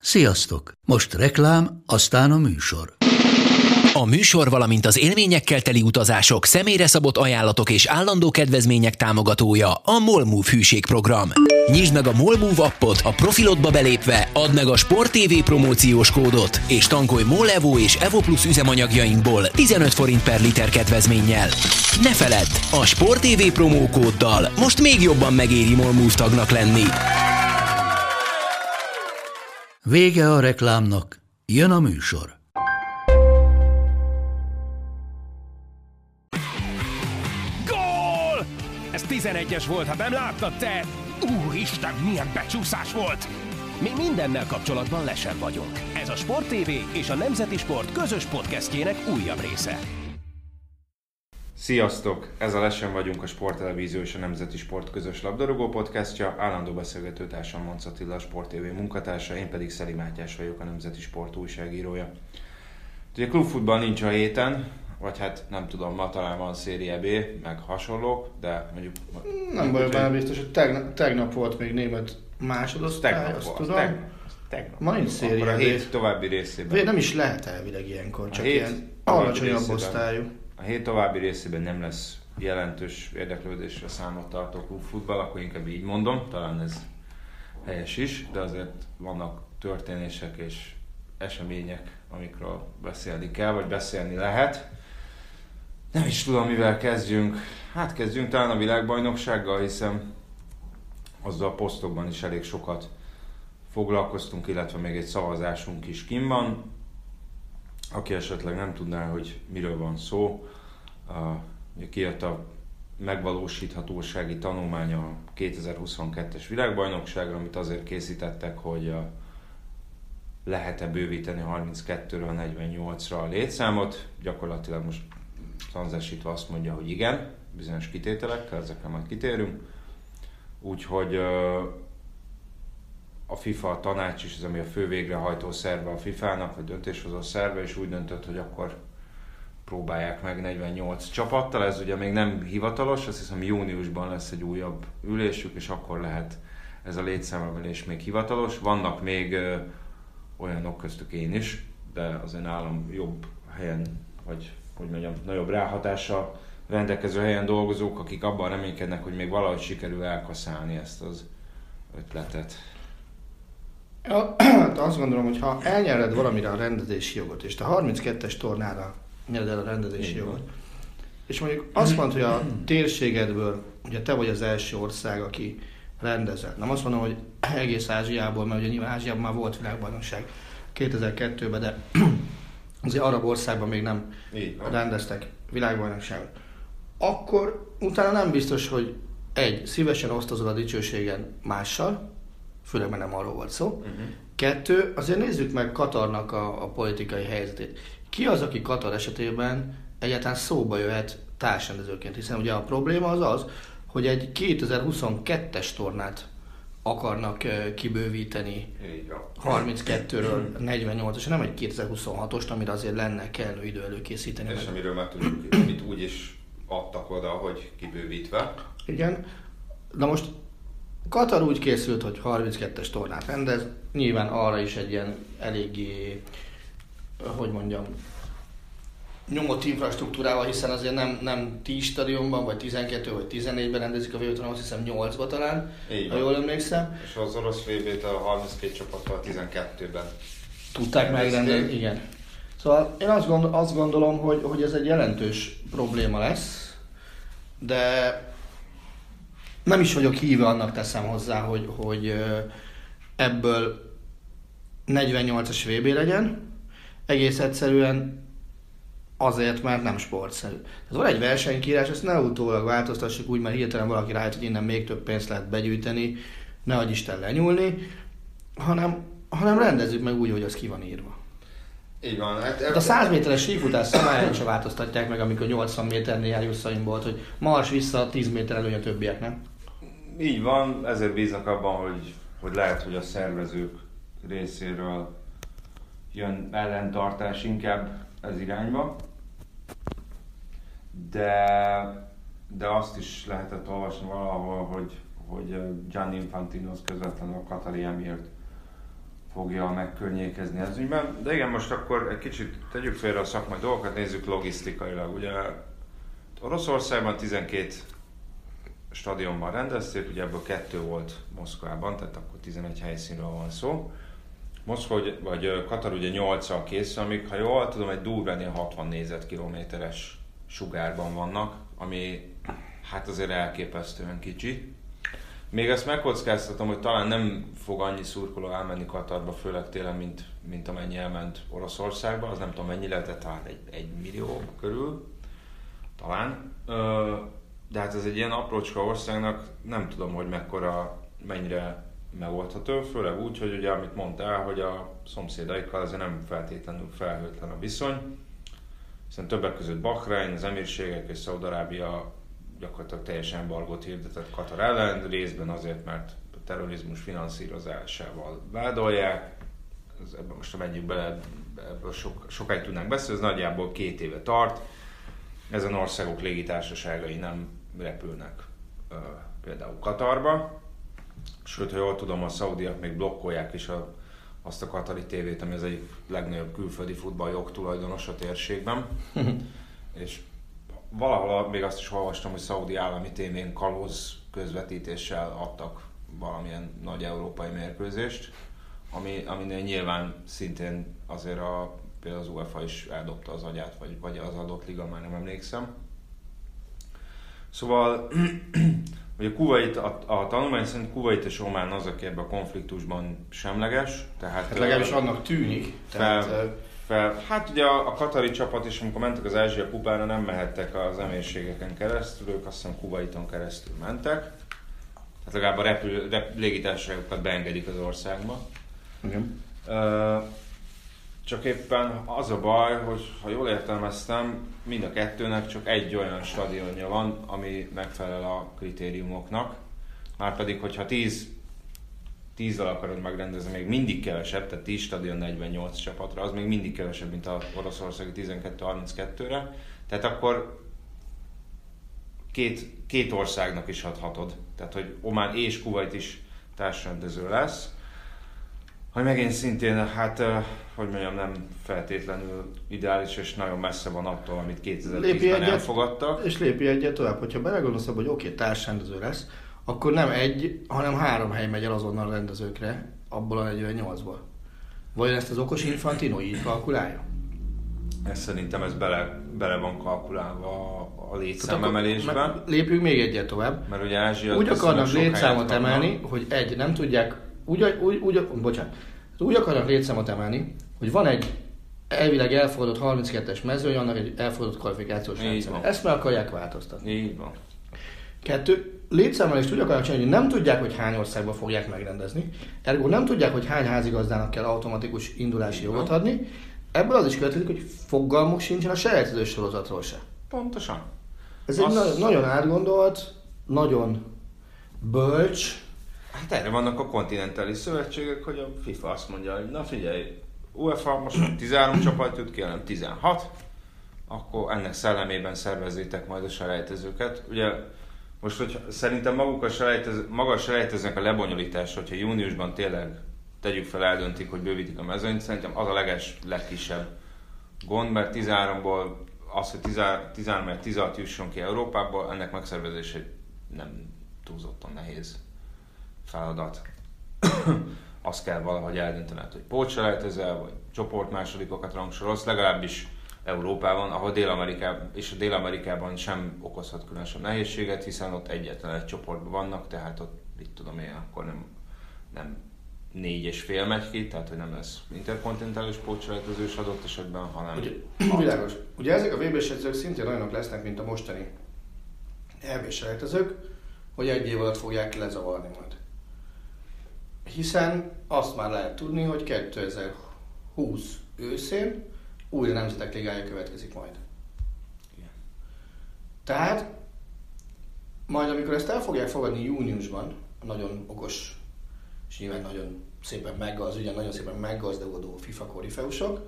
Sziasztok! Most reklám, aztán a műsor. A műsor, valamint az élményekkel teli utazások, személyre szabott ajánlatok és állandó kedvezmények támogatója a MOL Move hűségprogram. Nyisd meg a MOL Move appot, a profilodba belépve add meg a Sport TV promóciós kódot, és tankolj MOL Evo és Evo Plus üzemanyagjainkból 15 forint per liter kedvezménnyel. Ne feledd, a Sport TV promókóddal most még jobban megéri MOL Move tagnak lenni. Vége a reklámnak, jön a műsor. Gól! Ez 11-es volt, ha nem láttad te! Úristen, milyen becsúszás volt! Mi mindennel kapcsolatban lesen vagyunk. Ez a Sport TV és a Nemzeti Sport közös podcastjének újabb része. Sziasztok! Ez a Lesen vagyunk, a Sporttelevízió és a Nemzeti Sport közös labdarúgó podcastja. Állandó beszélgetőtársam Monc Attila, a Sport TV munkatársa, én pedig Szeli Mátyás vagyok, a Nemzeti Sport újságírója. Ugye klubfutball nincs a héten, vagy hát nem tudom, ma talán van Serie B, meg hasonlók, de mondjuk... Nem baj, bár biztos, hogy tegnap volt még német másodosztály, azt tudom. Tegnap. Ma nincs Serie B. A hét további részében. Nem is lehet elvileg ilyenkor, csak ilyen alacsonyabb osztályú. A hét további részében nem lesz jelentős érdeklődésre számot tartó klubfutball, akkor inkább így mondom, talán ez helyes is, de azért vannak történések és események, amikről beszélni kell, vagy beszélni lehet. Nem is tudom, mivel kezdjünk. Hát kezdjünk talán a világbajnoksággal, hiszen azzal a posztokban is elég sokat foglalkoztunk, illetve még egy szavazásunk is kinn van. Aki esetleg nem tudná, hogy miről van szó, kijött a megvalósíthatósági tanulmány a 2022-es világbajnokságra, amit azért készítettek, hogy lehet-e bővíteni 32-ről 48-ra a létszámot. Gyakorlatilag most tanzásítva azt mondja, hogy igen, bizonyos kitételekkel, ezekre majd kitérünk. Úgyhogy a FIFA, a tanács is, ez ami a fő végrehajtó szerve a FIFA-nak, vagy döntéshozó szerve, és úgy döntött, hogy akkor próbálják meg 48 csapattal. Ez ugye még nem hivatalos, azt hiszem júniusban lesz egy újabb ülésük, és akkor lehet ez a létszámemelés még hivatalos. Vannak még olyanok, köztük én is, de azért nálam jobb helyen, vagy hogy mondjam, nagyobb ráhatással rendelkező helyen dolgozók, akik abban reménykednek, hogy még valahogy sikerül elkaszálni ezt az ötletet. Azt gondolom, hogy ha elnyered valamire a rendezési jogot, és te 32-es tornára nyered el a rendezési jogot, és mondjuk azt mondod, hogy a térségedből, ugye te vagy az első ország, aki rendezel. Nem azt mondom, hogy egész Ázsiából, mert ugye nyilván Ázsiában már volt világbajnokság 2002-ben, de azért arab országban még nem rendeztek világbajnokságot. Akkor utána nem biztos, hogy szívesen osztozol a dicsőségen mással, főleg mert nem arról volt szó. Kettő, azért nézzük meg Katarnak a politikai helyzetét. Ki az, aki Katar esetében egyáltalán szóba jöhet társrendezőként? Hiszen ugye a probléma az, hogy egy 2022-es tornát akarnak kibővíteni 32-ről 48-as, nem egy 2026-ost, amire azért lenne kellő idő előkészíteni. És amiről már tudjuk, amit úgy is adtak oda, hogy kibővítve. Igen, de most Katar úgy készült, hogy 32-es tornát rendez, nyilván arra is egy ilyen eléggé, hogy mondjam, nyomott infrastruktúrával, hiszen azért nem 10 stadionban, vagy 12 vagy 14-ben rendezik a VB-t, hanem azt hiszem 8-ba talán, ha jól emlékszem. És az orosz VB-t a 32 csapattal 12-ben tudták megrendezni, igen. Szóval én azt gondolom, hogy ez egy jelentős probléma lesz, de nem is vagyok híve, annak teszem hozzá, hogy ebből 48-as VB legyen, egész egyszerűen azért, mert nem sportszerű. Tehát van egy versenykírás, ezt ne utólag változtassuk úgy, mert hirtelen valaki rájött, hogy innen még több pénzt lehet begyűjteni, ne adj Isten lenyúlni, hanem rendezzük meg úgy, hogy az ki van írva. Így van. Hát a 100 méteres sífutás szabályát sem változtatják meg, amikor 80 méternél jár Usain Bolt, hogy mars vissza 10 méter előny a többiek, nem? Így van, ezért bíznak abban, hogy lehet, hogy a szervezők részéről jön ellentartás inkább ez irányba. De azt is lehetett olvasni valahol, hogy Gianni Infantino az közvetlenül a katari emirt fogja megkörnyékezni az ügyben. De igen, most akkor egy kicsit tegyük félre a szakmai dolgokat, nézzük logisztikailag. Ugye Oroszországban 12 stadionban rendezték, ugye ebből 2 volt Moszkvában, tehát akkor 11 helyszínről van szó. Moszkva vagy Katar ugye 8-al készül, amik, ha jól tudom, egy durván ilyen 60 négyzetkilométeres sugárban vannak, ami hát azért elképesztően kicsi. Még ezt megkockáztatom, hogy talán nem fog annyi szurkoló elmenni Katarba, főleg télen, mint amennyi elment Oroszországba. Az nem tudom mennyi lehetett, talán 1 millió körül, talán. De hát ez egy ilyen aprócska országnak, nem tudom, hogy mennyire megoldható, főleg úgy, hogy ugye amit mondtál, hogy a szomszédaikkal azért nem feltétlenül felhőtlen a viszony. Hiszen többek között Bahrein, az Emírségek és Szaúd-Arábia gyakorlatilag teljesen embargót hirdetett Katar ellen, részben azért, mert a terrorizmus finanszírozásával vádolják. Ebben most menjünk bele, ebből sokáig tudnánk beszélni, ez nagyjából 2 éve tart. Ezen országok légitársaságai nem repülnek például Katarba. Sőt, ha jól tudom, a szaudiak még blokkolják is azt a katari tévét, ami az egyik legnagyobb külföldi futballjog tulajdonos a térségben. És valahol még azt is olvastam, hogy szaudi állami tévén kalóz közvetítéssel adtak valamilyen nagy európai mérkőzést, aminél nyilván szintén azért például az UEFA is eldobta az agyát, vagy az adott liga, már nem emlékszem. Szóval ugye Kuvait, a tanulmány szerint Kuvait és Omán az, aki ebben a konfliktusban semleges. Tehát, hát legalábbis annak tűnik. Hát ugye a katari csapat is, amikor mentek az Ázsia kupára, nem mehettek az Emírségeken keresztül, ők azt hiszem Kuvaiton keresztül mentek. Tehát legalább a légitársaságokat beengedik az országba. Igen. Csak éppen az a baj, hogy ha jól értelmeztem, mind a 2-nek csak egy olyan stadionja van, ami megfelel a kritériumoknak. Márpedig, hogyha 10-vel akarod megrendezni, még mindig kevesebb, tehát 10 stadion 48 csapatra, az még mindig kevesebb, mint az oroszországi 12-32-re. Tehát akkor két országnak is adhatod. Tehát, hogy Omán és Kuvait is társrendező lesz. Hogy megint szintén, hát, hogy mondjam, nem feltétlenül ideális, és nagyon messze van attól, amit 2010-ben elfogadtak. És lépi egyet tovább, hogyha belegondolsz abba, hogy oké, társrendező lesz, akkor nem 1, hanem 3 hely megy el azonnal a rendezőkre, abból a 48-ból. Vajon ezt az okos Infantino így kalkulálja? Szerintem ez bele van kalkulálva a létszámemelésben. Lépjünk még egyet tovább. Mert ugye Ázsia úgy akarnak létszámot emelni, hogy nem tudják, úgy akarnak létszámot emelni, hogy van egy elvileg elfogadott 32-es mezőny, annak egy elfogadott kvalifikációs rendszer. Ezt meg akarják változtatni. Így van. 2. Létszámelést úgy akarnak csinálni, hogy nem tudják, hogy hány országban fogják megrendezni. Ergo nem tudják, hogy hány házigazdának kell automatikus indulási jogot adni. Ebből az is következik, hogy fogalmuk sincsen a selejtezős sorozatról se. Pontosan. Ez egy nagyon átgondolt, nagyon bölcs. Hát erre vannak a kontinentális szövetségek, hogy a FIFA azt mondja, hogy na figyelj, UEFA most 13 csapat jut ki, hanem 16, akkor ennek szellemében szervezzétek majd a selejtezőket. Ugye most, hogy szerintem maga a selejtezőnek a lebonyolítás, hogyha júniusban tényleg tegyük fel, eldöntik, hogy bővítik a mezőnyt, szerintem az a legkisebb gond, mert 13-ból az, hogy 16 jusson ki Európából, ennek megszervezése nem túlzottan nehéz feladat. Azt kell valahogy eldöntened, hogy pótselejtezel, vagy csoportmásodikokat rangsorolsz, legalábbis Európában, ahol Dél-Amerikában sem okozhat különösebb nehézséget, hiszen ott egyetlen egy csoportban vannak, tehát ott, mit tudom én, akkor nem 4,5 megy ki, tehát hogy nem lesz interkontinentális pótselejtezős adott esetben, hanem... Világos. Ugye ezek a VB-selejtezők szintén olyanok lesznek, mint a mostani EB-selejtezők, hogy 1 év alatt fogják lezavarni majd. Hiszen azt már lehet tudni, hogy 2020 őszén újra nemzetek ligája következik majd. Igen. Tehát majd amikor ezt el fogják fogadni júniusban, nagyon okos és nyilván nagyon szépen meggazdagodó FIFA korifeusok,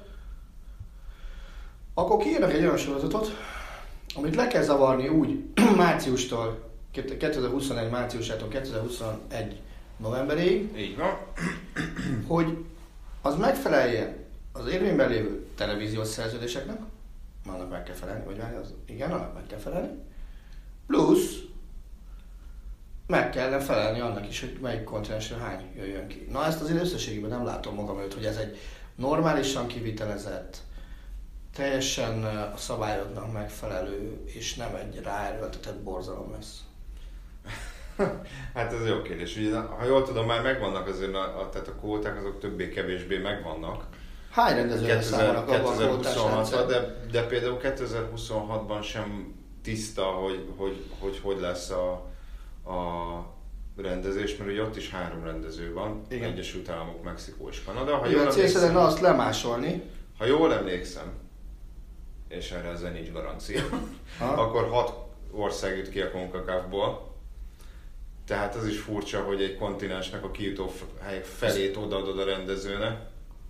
akkor kiírnak egy olyan sorozatot, amit le kell zavarni úgy 2021 márciusától 2021 novemberig, így van, hogy az megfelelje az érvényben lévő televíziós szerződéseknek, annak meg kell felelni, vagy igen, annak meg kell felelni, plusz meg kellene felelni annak is, hogy melyik kontinensről hány jöjjön ki. Na ezt azért összességében nem látom magam előtt, hogy ez egy normálisan kivitelezett, teljesen a szabályoknak megfelelő, és nem egy ráerőltetett borzalom lesz. Hát ez jó kérdés. Ugye, ha jól tudom, már megvannak azért, tehát a kvóták azok többé-kevésbé megvannak. Hány rendezőre számolnak abban a kvótás rendszer? De például 2026-ban sem tiszta, hogy lesz a rendezés, mert ugye ott is 3 rendező van, igen. Egyesült Államok, Mexikó és Kanada. Ha jól emlékszem, azt lemásolni. Ha jól emlékszem, és erre ezzel nincs garancia, akkor 6 ország jut ki a CONCACAF-ból. Tehát az is furcsa, hogy egy kontinensnek a kijutó helyek felét odaadod a rendezőnek.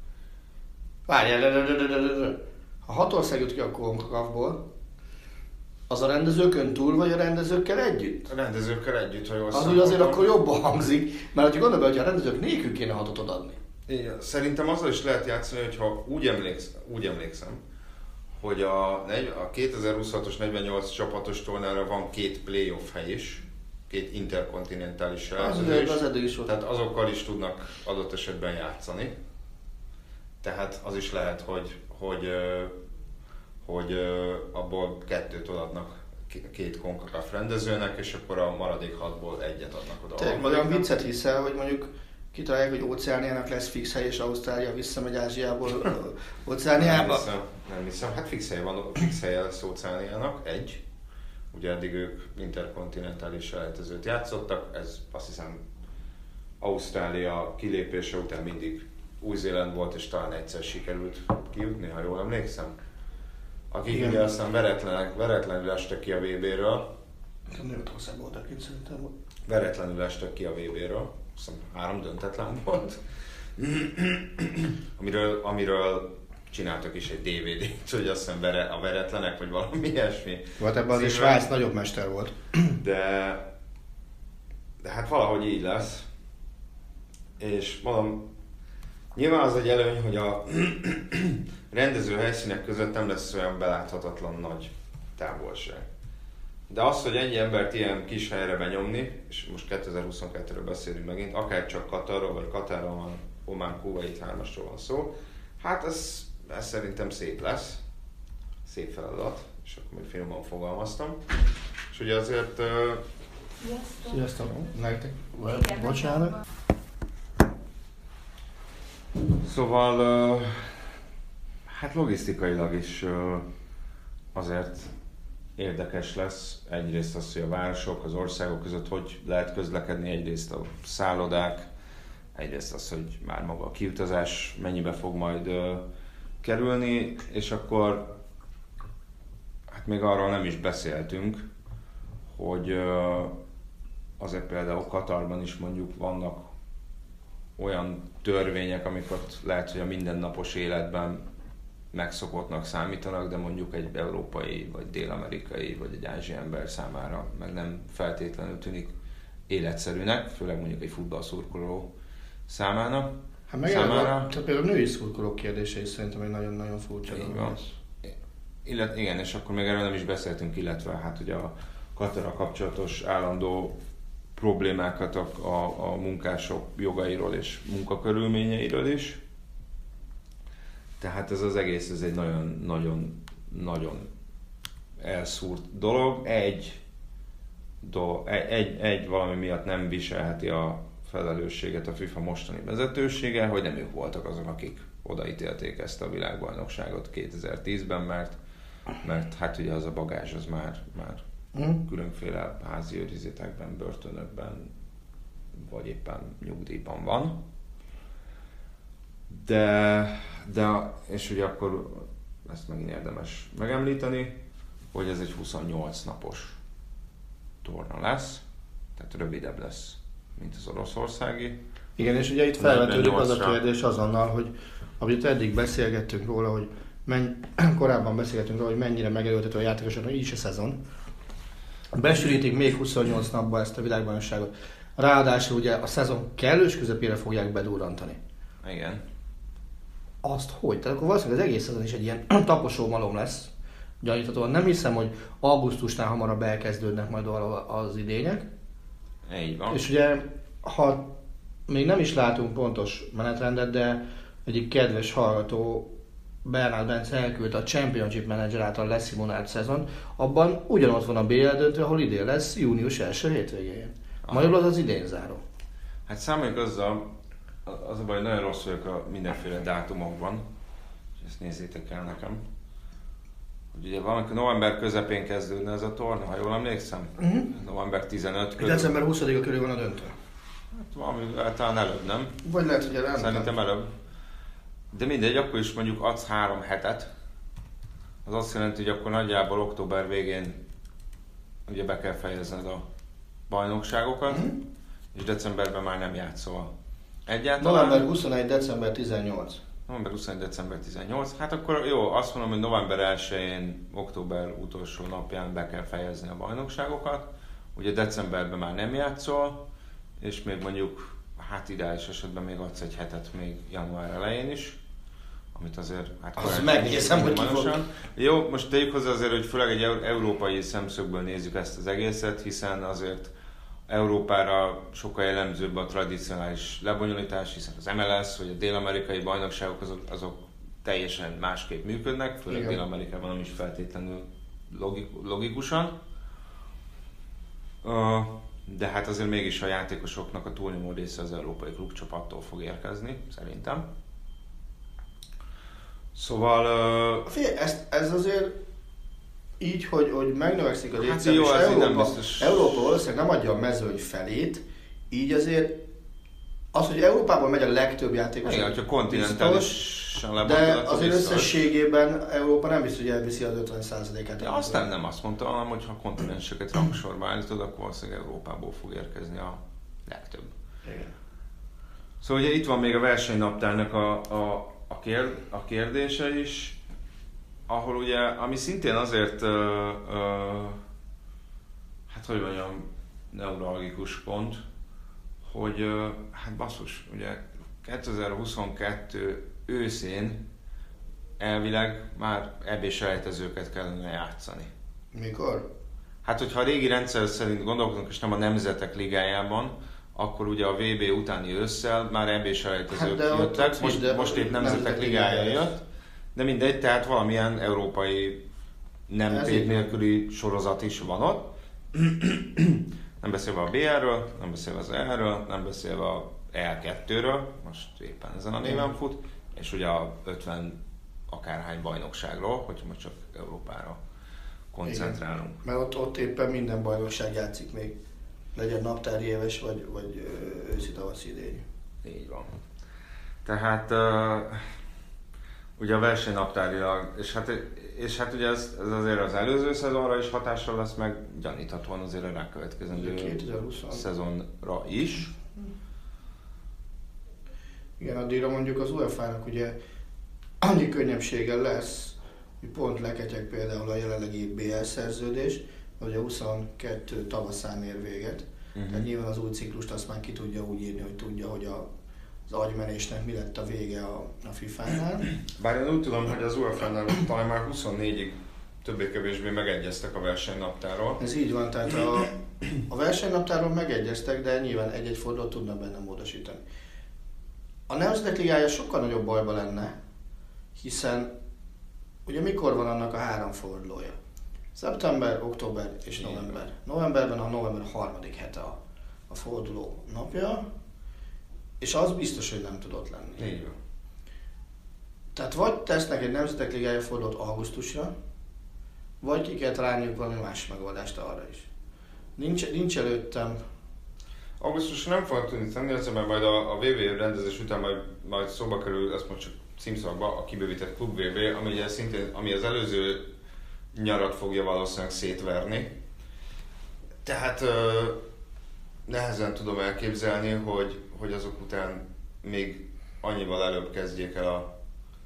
Várjál, ha 6 ország jut ki a CONCACAF-ból, az a rendezőkön túl, vagy a rendezőkkel együtt? A rendezőkkel együtt, ha jól az úgy azért akkor jobban hangzik, mert hogyha gondolod, hogy a rendezők nélkül kéne 6-ot odaadni. Igen, szerintem azzal is lehet játszani, hogyha úgy emlékszem, hogy a 2026-os 48 csapatos tornára van 2 playoff hely is, 2 interkontinentális selejtező is. Tehát azokkal is tudnak adott esetben játszani. Tehát az is lehet, hogy abból 2-t odaadnak 2 CONCACAF rendezőnek, és akkor a maradék 6-ból 1-et adnak oda. Te olyan viccet hiszel, hogy mondjuk kitalálják, hogy Óceániának lesz fix hely, és Ausztrália visszamegy Ázsiából Óceániába? Nem hiszem. Hát fix helye lesz Óceániának, 1. Ugye eddig ők interkontinentális selejtezőt játszottak, ez azt hiszem Ausztrália kilépése után mindig Új-Zéland volt, és talán egyszer sikerült kijutni, ha jól emlékszem. Akik ugye aztán veretlenül estek ki a VB-ről. Németország voltak itt szerintem. Veretlenül estek ki a VB-ről, azt hiszem 3 döntetlen volt. amiről csináltak is egy DVD-t, hogy azt hiszem a veretlenek, vagy valami ilyesmi. Volt ebben az is Svájc nagyobb mester volt. De hát valahogy így lesz. És mondom, nyilván az egy előny, hogy a rendező helyszínek között nem lesz olyan beláthatatlan nagy távolság. De az, hogy ennyi embert ilyen kis helyre benyomni, és most 2022-ről beszélünk megint, akár csak Katarról, vagy Katarról, Omán, Kuvait 3-asról van szó, hát ez szerintem szép lesz. Szép feladat, és akkor még finoman fogalmaztam. És ugye azért... Sziasztok! Nektek? Bocsánat! Szóval, hát logisztikailag is azért érdekes lesz. Egyrészt az, hogy a városok, az országok között hogy lehet közlekedni, egyrészt a szállodák, egyrészt az, hogy már maga a kiutazás mennyibe fog majd kerülni, és akkor hát még arról nem is beszéltünk, hogy azért például Katarban is mondjuk vannak olyan törvények, amiket lehet, hogy a mindennapos életben megszokottnak számítanak, de mondjuk egy európai, vagy dél-amerikai, vagy egy ázsiai ember számára meg nem feltétlenül tűnik életszerűnek, főleg mondjuk egy futballszurkoló számára. Hát meg tehát például a női szurkolók kérdése is szerintem egy nagyon-nagyon furcsa dolog. Igen, és akkor még erről nem is beszéltünk, illetve hát ugye a Katarral kapcsolatos állandó problémákat a munkások jogairól és munkakörülményeiről is. Tehát ez az egész, ez egy nagyon elszúrt dolog. Egy valami miatt nem viselheti a felelősséget a FIFA mostani vezetősége, hogy nem ők voltak azok, akik odaítélték ezt a világbajnokságot 2010-ben, mert hát ugye az a bagázs az már különféle házi őrizetekben, börtönökben, vagy éppen nyugdíjban van. De és ugye akkor ezt megint érdemes megemlíteni, hogy ez egy 28 napos torna lesz, tehát rövidebb lesz, mint az oroszországi. Igen, és ugye itt felvetődik az a kérdés azonnal, hogy amit eddig beszélgettünk róla, hogy korábban beszélgettünk róla, hogy mennyire megerőltető a játékosoknak, így is a szezon. Besűrítik még 28 napba ezt a világbajnokságot. Ráadásul ugye a szezon kellős közepére fogják bedurrantani. Igen. azt hogy? Tehát akkor valószínűleg az egész szezon is egy ilyen taposó malom lesz. Gyaníthatóan nem hiszem, hogy augusztusnál hamarabb elkezdődnek majd az idények. Így van. És ugye, ha még nem is látunk pontos menetrendet, de egyik kedves hallgató Bernard Bence elküldte a Championship Manager által leszimonált szezon, abban ugyanott van a BL döntő, ahol idén lesz június első hétvégén. Magyarul az idényzáró. Hát számoljuk azzal, az a baj, nagyon rossz vagyok a mindenféle dátumokban, és ezt nézzétek el nekem. Hogy ugye valamikor november közepén kezdődne ez a torna, ha jól emlékszem. November 15 körül. December 20-a körül van a döntő. Hát valami, talán előbb, nem? Vagy lehet, hogy előbb. Szerintem előbb. De mindegy, akkor is mondjuk adsz 3 hetet. Az azt jelenti, hogy akkor nagyjából október végén ugye be kell fejezned a bajnokságokat, és decemberben már nem játszol egyáltalán. November 21, december 18. November 21, december 18. Hát akkor jó, azt mondom, hogy november 1-én, október utolsó napján be kell fejezni a bajnokságokat. Ugye decemberben már nem játszol, és még mondjuk, hát ideális esetben még adsz egy hetet még január elején is, amit azért... Hát azt megnézem, hogy ki fog. Jó, most tegyük hozzá azért, hogy főleg egy európai szemszögből nézzük ezt az egészet, hiszen azért Európára sokkal jellemzőbb a tradicionális lebonyolítás, hiszen az MLS vagy a dél-amerikai bajnokságok azok teljesen másképp működnek, főleg Dél-Amerikában nem is feltétlenül logikusan. De hát azért mégis a játékosoknak a túlnyomó része az európai klubcsapattól fog érkezni, szerintem. Szóval... Ez azért így, hogy megnövekszik a létszám, jó, és Európa valószínűleg nem adja a mezőny felét, így azért az, hogy Európában megy a legtöbb játékos, igen, hogyha kontinentálisan de azért összességében Európa nem biztos, hogy elviszi az 50%-át. Ja, aztán nem azt mondta, hanem hogy ha kontinenseket rangsorba állítod, akkor valószínűleg Európából fog érkezni a legtöbb. Igen. Szóval ugye itt van még a versenynaptárnak a kérdése is, ahol ugye, ami szintén azért, hát hogy mondjam, neuralgikus pont, hogy hát basszus, ugye 2022 őszén elvileg már EB-selejtezőket kellene játszani. Mikor? Hát hogyha a régi rendszer szerint gondolkodunk, és nem a Nemzetek Ligájában, akkor ugye a VB utáni ősszel már EB-selejtezők jöttek, most épp Nemzetek Ligája jött. De mindegy, tehát valamilyen európai nem tét nélküli sorozat is van ott. Nem beszélve a BL-ről, nem beszélve az EL-ről, nem beszélve a EL2-ről, most éppen ezen a néven fut, és ugye a 50 akárhány bajnokságról, hogyha most csak Európára koncentrálunk. Igen. Mert ott éppen minden bajnokság játszik még, legyen naptári éves, vagy őszi-tavaszi idényű. Így van. Tehát ugye a versenynaptárilag, és hát ugye ez azért az előző szezonra is hatással lesz, meg gyaníthatóan azért a rákövetkezendő szezonra is. Igen, addigra mondjuk az UEFA-nak ugye annyi könnyebbsége lesz, hogy pont leketyeg például a jelenlegi BL szerződés, hogy a 22 tavaszán ér véget. Tehát nyilván az új ciklust azt már ki tudja úgy írni, hogy tudja, hogy az agymenésnek mi lett a vége a FIFA-nál. Bár én úgy tudom, hogy az UEFA-nál talán már 24-ig többé-kevésbé megegyeztek a versenynaptárról. Ez így van, tehát a versenynaptárról megegyeztek, de nyilván egy-egy fordulót tudnak benne módosítani. A Nemzetek Ligája sokkal nagyobb bajba lenne, hiszen ugye mikor van annak a 3 fordulója? Szeptember, október és november. Novemberben a november 3. hete a forduló napja, és az biztos, hogy nem tudott lenni. Így van. Tehát vagy tesznek egy Nemzetek Ligája fordulót augusztusra, vagy ki kell találniuk valami más megoldást arra is. Nincs előttem. Augusztusra nem fognak tudni tenni, mert majd a VB rendezés után majd szóba kerül, ezt most csak címszavakba, a kibővített klub VB, ami ugye szintén, ami az előző nyarat fogja valószínűleg szétverni. Tehát nehezen tudom elképzelni, hogy azok után még annyival előbb kezdjék el a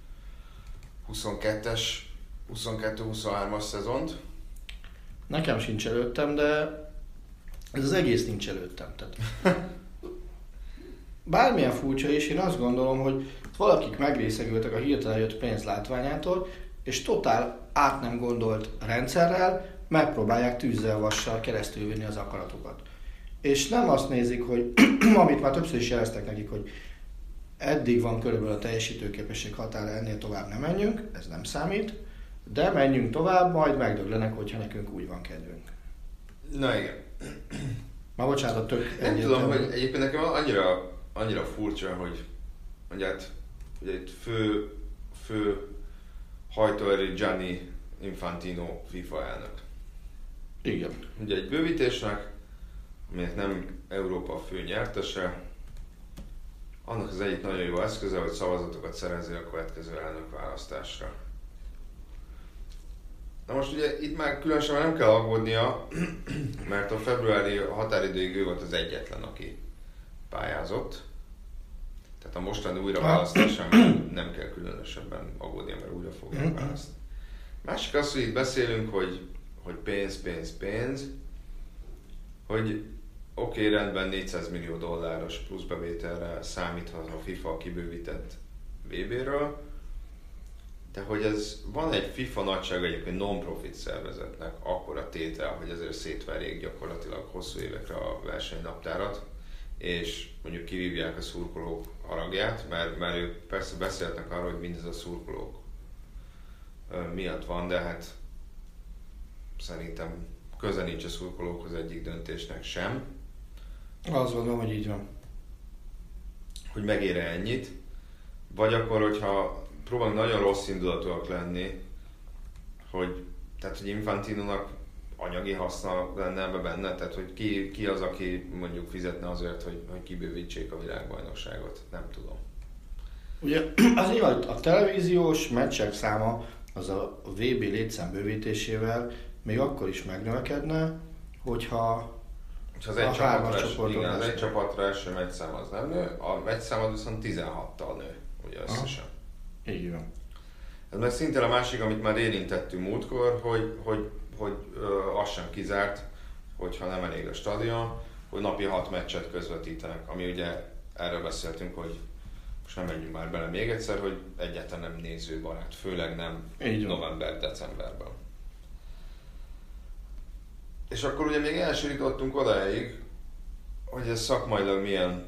22-23-as szezont. Nekem sincs előttem, de ez az egész nincs előttem. Tehát bármilyen furcsa is, én azt gondolom, hogy valakik megrészegültek a hirtelen jött pénz látványától, és totál át nem gondolt rendszerrel megpróbálják tűzzel, vassal keresztülvinni az akaratokat. És nem azt nézik, hogy amit már többször is jeleztek nekik, hogy eddig van körülbelül a teljesítőképesség határa, ennél tovább nem menjünk, ez nem számít, de menjünk tovább, majd megdöglenek, hogyha nekünk úgy van kedvünk. Na igen. Már bocsánat, tök nem tudom, hogy egyébként nekem annyira furcsa, hogy hát, ugye itt fő hajtóerő Gianni Infantino FIFA elnök. Igen. Ugye egy bővítésnek, aminek nem Európa a fő nyertese, annak az egyik nagyon jó eszköze, hogy szavazatokat szerezzél a következő elnökválasztásra. Na most ugye itt már különösen nem kell aggódnia, mert a februári határidőig ő volt az egyetlen, aki pályázott. Tehát a mostani újraválasztásán nem kell különösebben aggódnia, mert újra fogják választani. Másik az, hogy itt beszélünk, hogy pénz, hogy oké, rendben 400 millió dolláros plusz bevételre számíthat a FIFA kibővített VB-ről, de hogy ez van egy FIFA nagysága egyébként non-profit szervezetnek akkora tétel, hogy ezért szétverjék gyakorlatilag hosszú évekre a versenynaptárat, és mondjuk kivívják a szurkolók haragját, mert ők persze beszéltek arról, hogy mindez a szurkolók miatt van, de hát szerintem köze nincs a szurkolókhoz egyik döntésnek sem. Azt gondolom, hogy így van. Hogy megér-e ennyit, vagy akkor, hogyha próbálunk nagyon rossz indulatúak lenni, hogy Infantinónak anyagi haszna lenne ebbe benne, tehát hogy ki az, aki mondjuk fizetne azért, hogy kibővítsék a világbajnokságot, nem tudom. Ugye az nyilván a televíziós meccsek száma az a VB létszám bővítésével még akkor is megnövekedne, hogyha az egy csapatra első meccszám az nem nő, a meccszám az viszont 16-tal nő, ugye összesen. Így van. Ez meg szintén a másik, amit már érintettünk múltkor, hogy az sem kizárt, hogyha nem elég a stadion, hogy napi 6 meccset közvetítenek, ami ugye erről beszéltünk, hogy most nem menjünk már bele még egyszer, hogy egyáltalán nem nézőbarát, főleg nem november-decemberben. És akkor ugye még elsőrítottunk odáig, hogy ez szakmailag milyen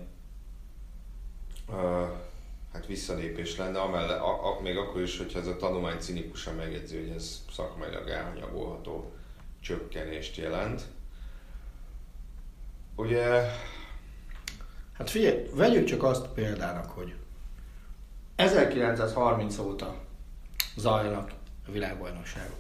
visszalépés lenne, még akkor is, hogyha ez a tanulmány cinikusan megjegyzi, hogy ez szakmailag elhanyagolható csökkenést jelent. Ugye... Hát figyelj, vegyük csak azt példának, hogy 1930 óta zajlanak a világbajnokságok.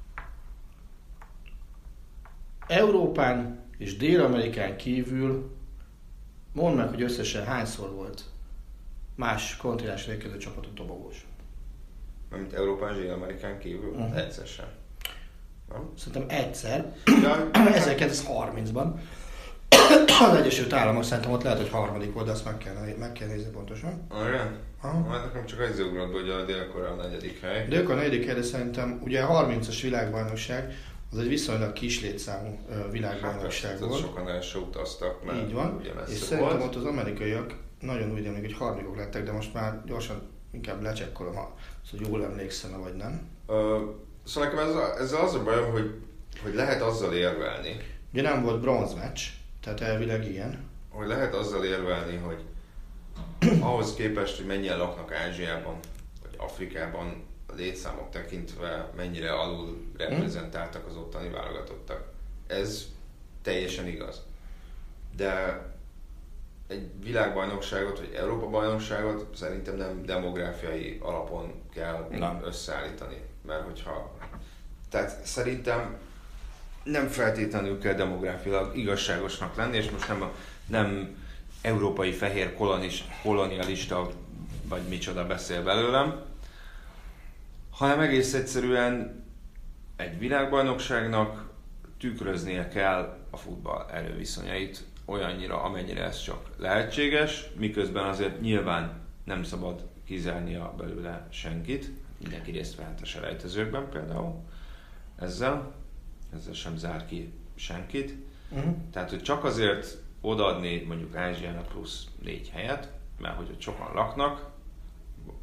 Európán és Dél-Amerikán kívül mondd meg, hogy összesen hányszor volt más kontinensre érkező csapatú dobogós. Mint Európán és Dél-Amerikán kívül? Egyszer sem. Nem? Szerintem egyszer. 1930-ban. Az Egyesült Államok szerintem ott lehet, hogy harmadik volt, de azt meg kell nézni pontosan. Igen? Hát nekem csak egy ugrott, hogy a Dél-Korea a 4. hely. Dél-Korea a 4. hely, de szerintem ugye a 30-as világbajnokság az egy viszonylag kis létszámú világbajnokság volt. Sokan el se utaztak, mert így van, ugye messze és volt. szerintem ott az amerikaiak nagyon úgy emlék, hogy harmadikok lettek, de most már gyorsan inkább lecsekkolom, hogy jól emlékszem, vagy nem. Szóval nekem ezzel az a bajom, hogy lehet azzal érvelni. Ugye nem volt bronzmeccs, tehát elvileg ilyen. Hogy lehet azzal érvelni, hogy ahhoz képest, hogy mennyien laknak Ázsiában, vagy Afrikában, a létszámok tekintve mennyire alul reprezentáltak az ottani válogatottak. Ez teljesen igaz. De egy világbajnokságot, vagy Európa-bajnokságot szerintem nem demográfiai alapon kell összeállítani. Mert tehát szerintem nem feltétlenül kell demográfiailag igazságosnak lenni, és most nem európai fehér kolonialista, vagy micsoda beszél belőlem, hanem egész egyszerűen egy világbajnokságnak tükröznie kell a futball erőviszonyait olyannyira, amennyire ez csak lehetséges, miközben azért nyilván nem szabad kizárnia belőle senkit, mindenki részt vehet a selejtezőkben például ezzel sem zár ki senkit. Tehát, hogy csak azért odaadni mondjuk Ázsiának plusz 4 helyet, mert hogy ott sokan laknak,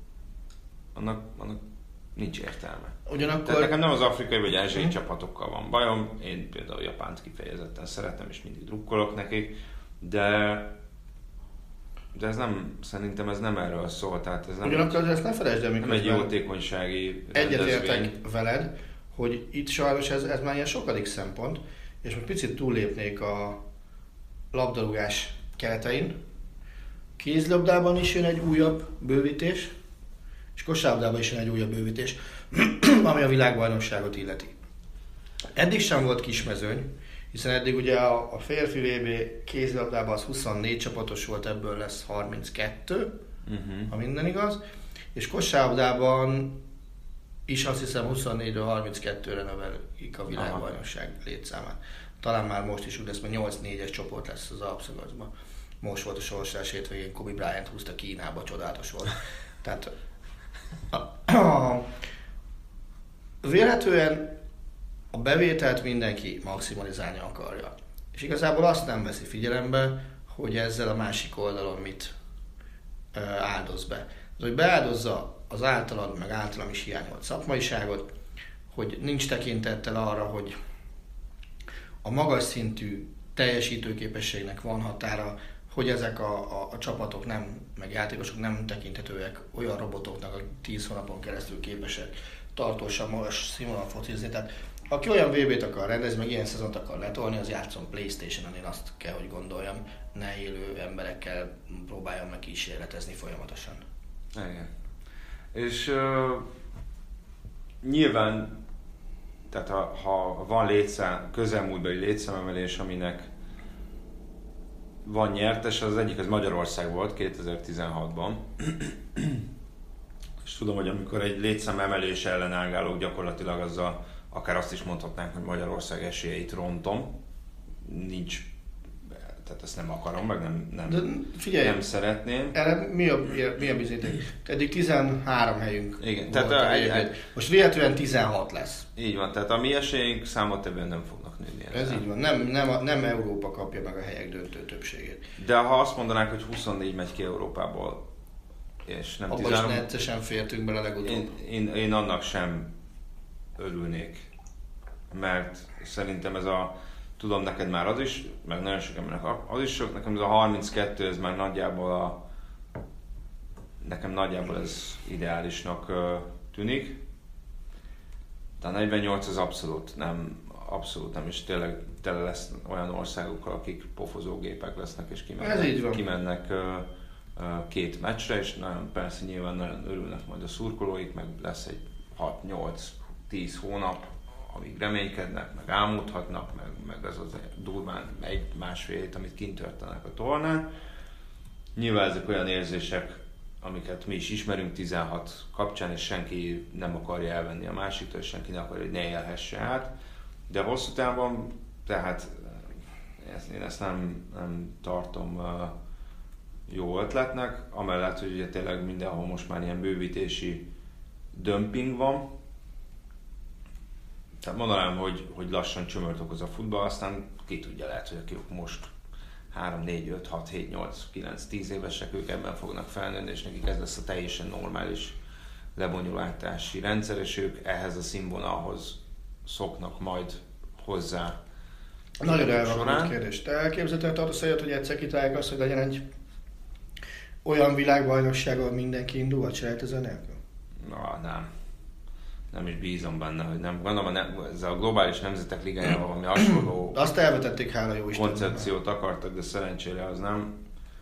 annak nincs értelme. Ugyanakkor... Tehát nekem nem az afrikai vagy ázsiai csapatokkal van bajom, én például Japánt kifejezetten szeretem, és mindig drukkolok nekik, de ez nem, szerintem ez nem erről szól, tehát ez nem, ugyanakkor ezt ne felejtsd el, nem egy jótékonysági egyetértek veled, hogy itt sajnos ez már ilyen sokadik szempont, és most picit túllépnék a labdarúgás keretein. Kézlabdában is jön egy újabb bővítés, és kosárlabdában is jön egy újabb bővítés, ami a világbajnokságot illeti. Eddig sem volt kismezőny, hiszen eddig ugye a férfi VB kézlabdában az 24 csapatos volt, ebből lesz 32, ha minden igaz, és kosárlabdában is azt hiszem 24-ről 32-re növelik a világbajnokság létszámát. Talán már most is úgy lesz, mert 8-4-es csoport lesz az alapszakaszban. Most volt a sorsolás hétvégén, Kobe Bryant húzta Kínába, csodálatos volt. Tehát vélhetően a bevételt mindenki maximalizálni akarja. És igazából azt nem veszi figyelembe, hogy ezzel a másik oldalon mit áldoz be. Az, hogy beáldozza az általad, meg általam is hiányolt szakmaiságot, hogy nincs tekintettel arra, hogy a magas szintű teljesítőképességnek van határa, hogy ezek a csapatok nem, meg játékosok nem tekinthetőek olyan robotoknak, akik 10 hónapon keresztül képesek tartósan magas színvonalon focizni. Tehát aki olyan VB-t akar rendezni, meg ilyen szezont akar letolni, az játszon PlayStation-on, én azt kell, hogy gondoljam, ne élő emberekkel próbáljon meg kísérletezni folyamatosan. Igen. És nyilván, tehát ha van közelmúltbeli létszámemelés, aminek van nyertes, az egyik az Magyarország volt 2016-ban. És tudom, hogy amikor egy létszámemelés ellen ágálok, gyakorlatilag azzal akár azt is mondhatnánk, hogy Magyarország esélyeit rontom. Nincs, tehát ezt nem akarom, meg nem szeretném. Erre mi a bizonyíték? Eddig 13 helyünk igen, volt. Tehát most véletlenül 16 lesz. Így van, tehát a mi esélyünk számottevően nem fognak nőni. Ez így van, nem Európa kapja meg a helyek döntő többségét. De ha azt mondanák, hogy 24 megy ki Európából, és nem 13... Abba is neccesen fértünk bele legutóbb. Én annak sem örülnék, mert szerintem tudom neked már az is, meg nagyon sok embernek az is sok, nekem ez a 32, ez már nagyjából nekem nagyjából ez ideálisnak tűnik. De a 48 az abszolút nem, és tényleg tele lesz olyan országokkal, akik pofozógépek lesznek, és kimennek 2 meccsre, és nagyon, persze nyilván nagyon örülnek majd a szurkolóik, meg lesz egy 6-8-10 hónap, amíg reménykednek, meg álmodhatnak, meg az durván 1-1,5 hét, amit kint történnek a tornán. Nyilván ezek olyan érzések, amiket mi is ismerünk 16 kapcsán, és senki nem akarja elvenni a másiktól, és senki nem akarja, hogy ne élhesse át. De hosszú távon, tehát én ezt nem tartom jó ötletnek, amellett, hogy ugye tényleg mindenhol most már ilyen bővítési dömping van. Tehát mondanám, hogy lassan csömört okoz a futball, aztán ki tudja, lehet, hogy akik most 3, 4, 5, 6, 7, 8, 9, 10 évesek, ők ebben fognak felnőni, és nekik ez lesz a teljesen normális lebonyolítási rendszer, és ők ehhez a színvonalhoz szoknak majd hozzá. Nagyon elragadott kérdés. Te elképzelhetően tartasz olyat, hogy egyszer kitálják azt, hogy legyen egy olyan világbajnokság, ahol mindenki indul, vagy selejtező nélkül? Nem is bízom benne, hogy nem. Gondolom, ez a globális nemzetek ligájával valami hasonló azt elvetették, hála jó Isten. Koncepciót akartak, de szerencsére az nem.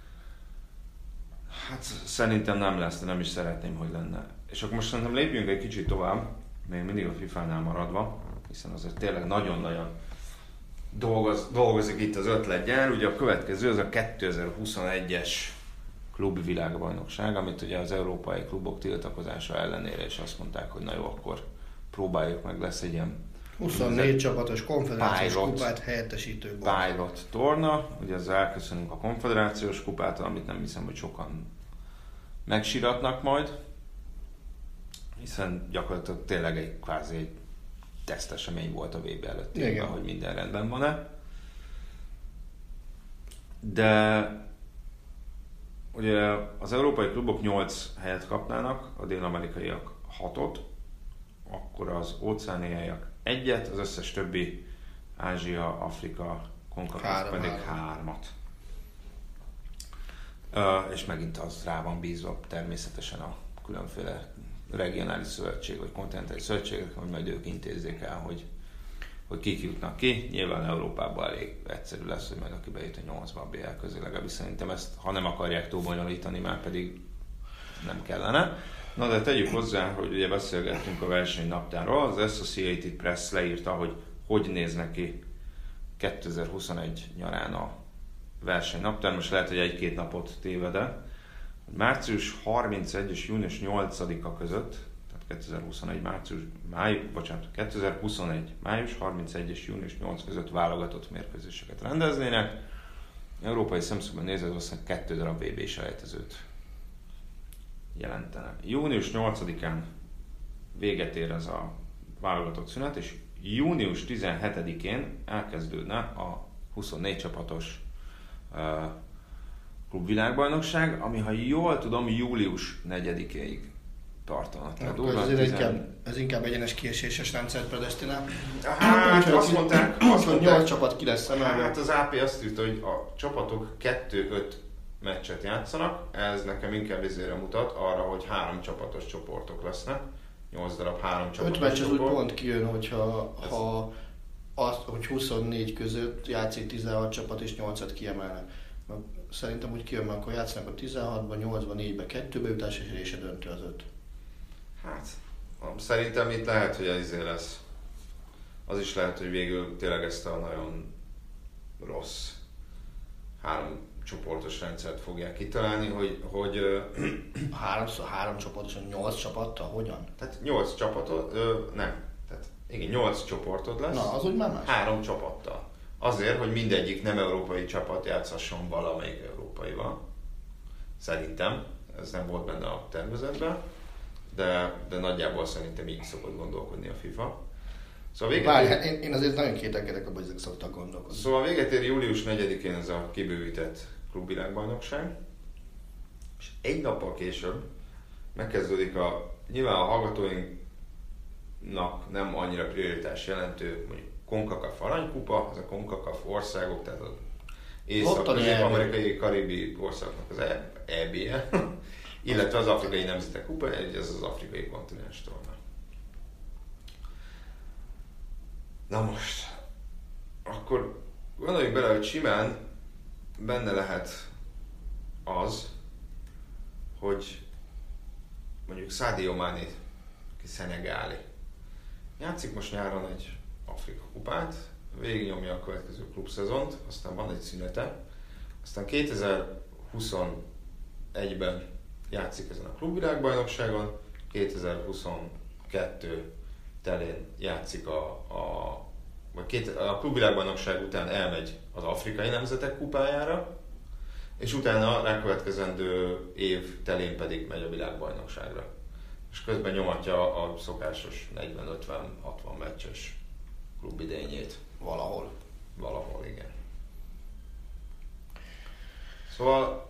Hát szerintem nem lesz, de nem is szeretném, hogy lenne. És akkor most szerintem lépjünk egy kicsit tovább, még mindig a FIFA-nál maradva, hiszen azért tényleg nagyon-nagyon dolgozik itt az ötletgyár. Ugye a következő az a 2021-es klubi világbajnokság, amit ugye az európai klubok tiltakozása ellenére is azt mondták, hogy na jó, akkor próbáljuk meg, lesz egy ilyen 24 csapatos konfederációs kupát helyettesítő pilot torna, ugye ezzel elköszönünk a konfederációs kupától, amit nem hiszem, hogy sokan megsiratnak majd, hiszen gyakorlatilag tényleg kvázi egy tesztesemény volt a VB előtt, hogy minden rendben van-e. De ugye az európai klubok 8 helyet kapnának, a dél-amerikaiak 6-ot, akkor az óceániaiak 1-et, az összes többi Ázsia, Afrika, CONCACAF pedig 3-at. És megint az rá van bízva természetesen a különféle regionális szövetség vagy kontinentális szövetségek, hogy majd ők intézzék el, hogy kik jutnak ki. Nyilván Európában elég egyszerű lesz, hogy majd aki bejut a 8-ba a BL közé, legalábbis szerintem ezt, ha nem akarják túl bonyolítani, már pedig nem kellene. Na de tegyük hozzá, hogy ugye beszélgettünk a versenynaptárról, az Associated Press leírta, hogy néz neki 2021 nyarán a versenynaptár, most lehet, hogy 1-2 napot tévede. Március 31 és június 8-a között, tehát 2021 május 31 és június 8 között válogatott mérkőzéseket rendeznének. Európai szemszögben nézve valószínűleg 2 darab VB selejtezőt jelentenek. Június 8-án véget ér ez a válogatott szünet, és június 17-én elkezdődne a 24 csapatos klubvilágbajnokság, ami, ha jól tudom, július 4-éig tartana. Ez inkább egyenes kieséses rendszert predesztinál. Hát azt mondták, hogy 8 csapat ki lesz emelve. Hát az AP azt írta, hogy a csapatok 2-5 meccset játszanak, ez nekem inkább izére mutat arra, hogy 3 csapatos csoportok lesznek. 8 darab 3 csapatos 5 meccs az úgy csoport. pont kijön, hogy 24 között játszik 16 csapat és 8-at kiemelnek. Szerintem úgy kijön, mert akkor játszanak a 16-ban, 8-ban, 4-ben 2-be jutás, és a döntő az 5. Hát, szerintem itt lehet, hogy az lesz. Az is lehet, hogy végül tényleg ezt a nagyon rossz 3 csoportos rendszert fogják kitalálni, hogy 3 csoportosan 8 csapattal, hogyan? tehát 8 csapatot, nem. Tehát igen, 8 csoportod lesz. Na, az úgy már más. 3 csapattal. Azért, hogy mindegyik nem európai csapat játszhasson valamelyik európaival. Szerintem. Ez nem volt benne a tervezetben. De nagyjából szerintem így szokott gondolkodni a FIFA. Szóval én azért nagyon kételkedek abban, hogy ezek szoktak gondolkodni. Szóval véget ér július 4-én ez a kibővített klubvilágbajnokság. És egy nappal később megkezdődik nyilván a hallgatóinknak nem annyira prioritás jelentő, mondjuk CONCACAF aranykupa, ez a CONCACAF országok, tehát az észak-amerikai, karibi országoknak az EB-je, illetve az afrikai nemzetek kupa, ez az afrikai kontinens torna. Na most, akkor gondoljuk bele, hogy simán benne lehet az, hogy mondjuk Sadio Mané, aki szenegáli, játszik most nyáron egy Afrika kupát, végignyomja a következő klubszezont, aztán van egy szünete, aztán 2021-ben játszik ezen a klubvilágbajnokságon, 2022 telén játszik a klubvilágbajnokság után elmegy az afrikai nemzetek kupájára, és utána rákövetkezendő év telén pedig megy a világbajnokságra. És közben nyomatja a szokásos 40-50-60 meccses klubidényét. Valahol. Valahol, igen. Szóval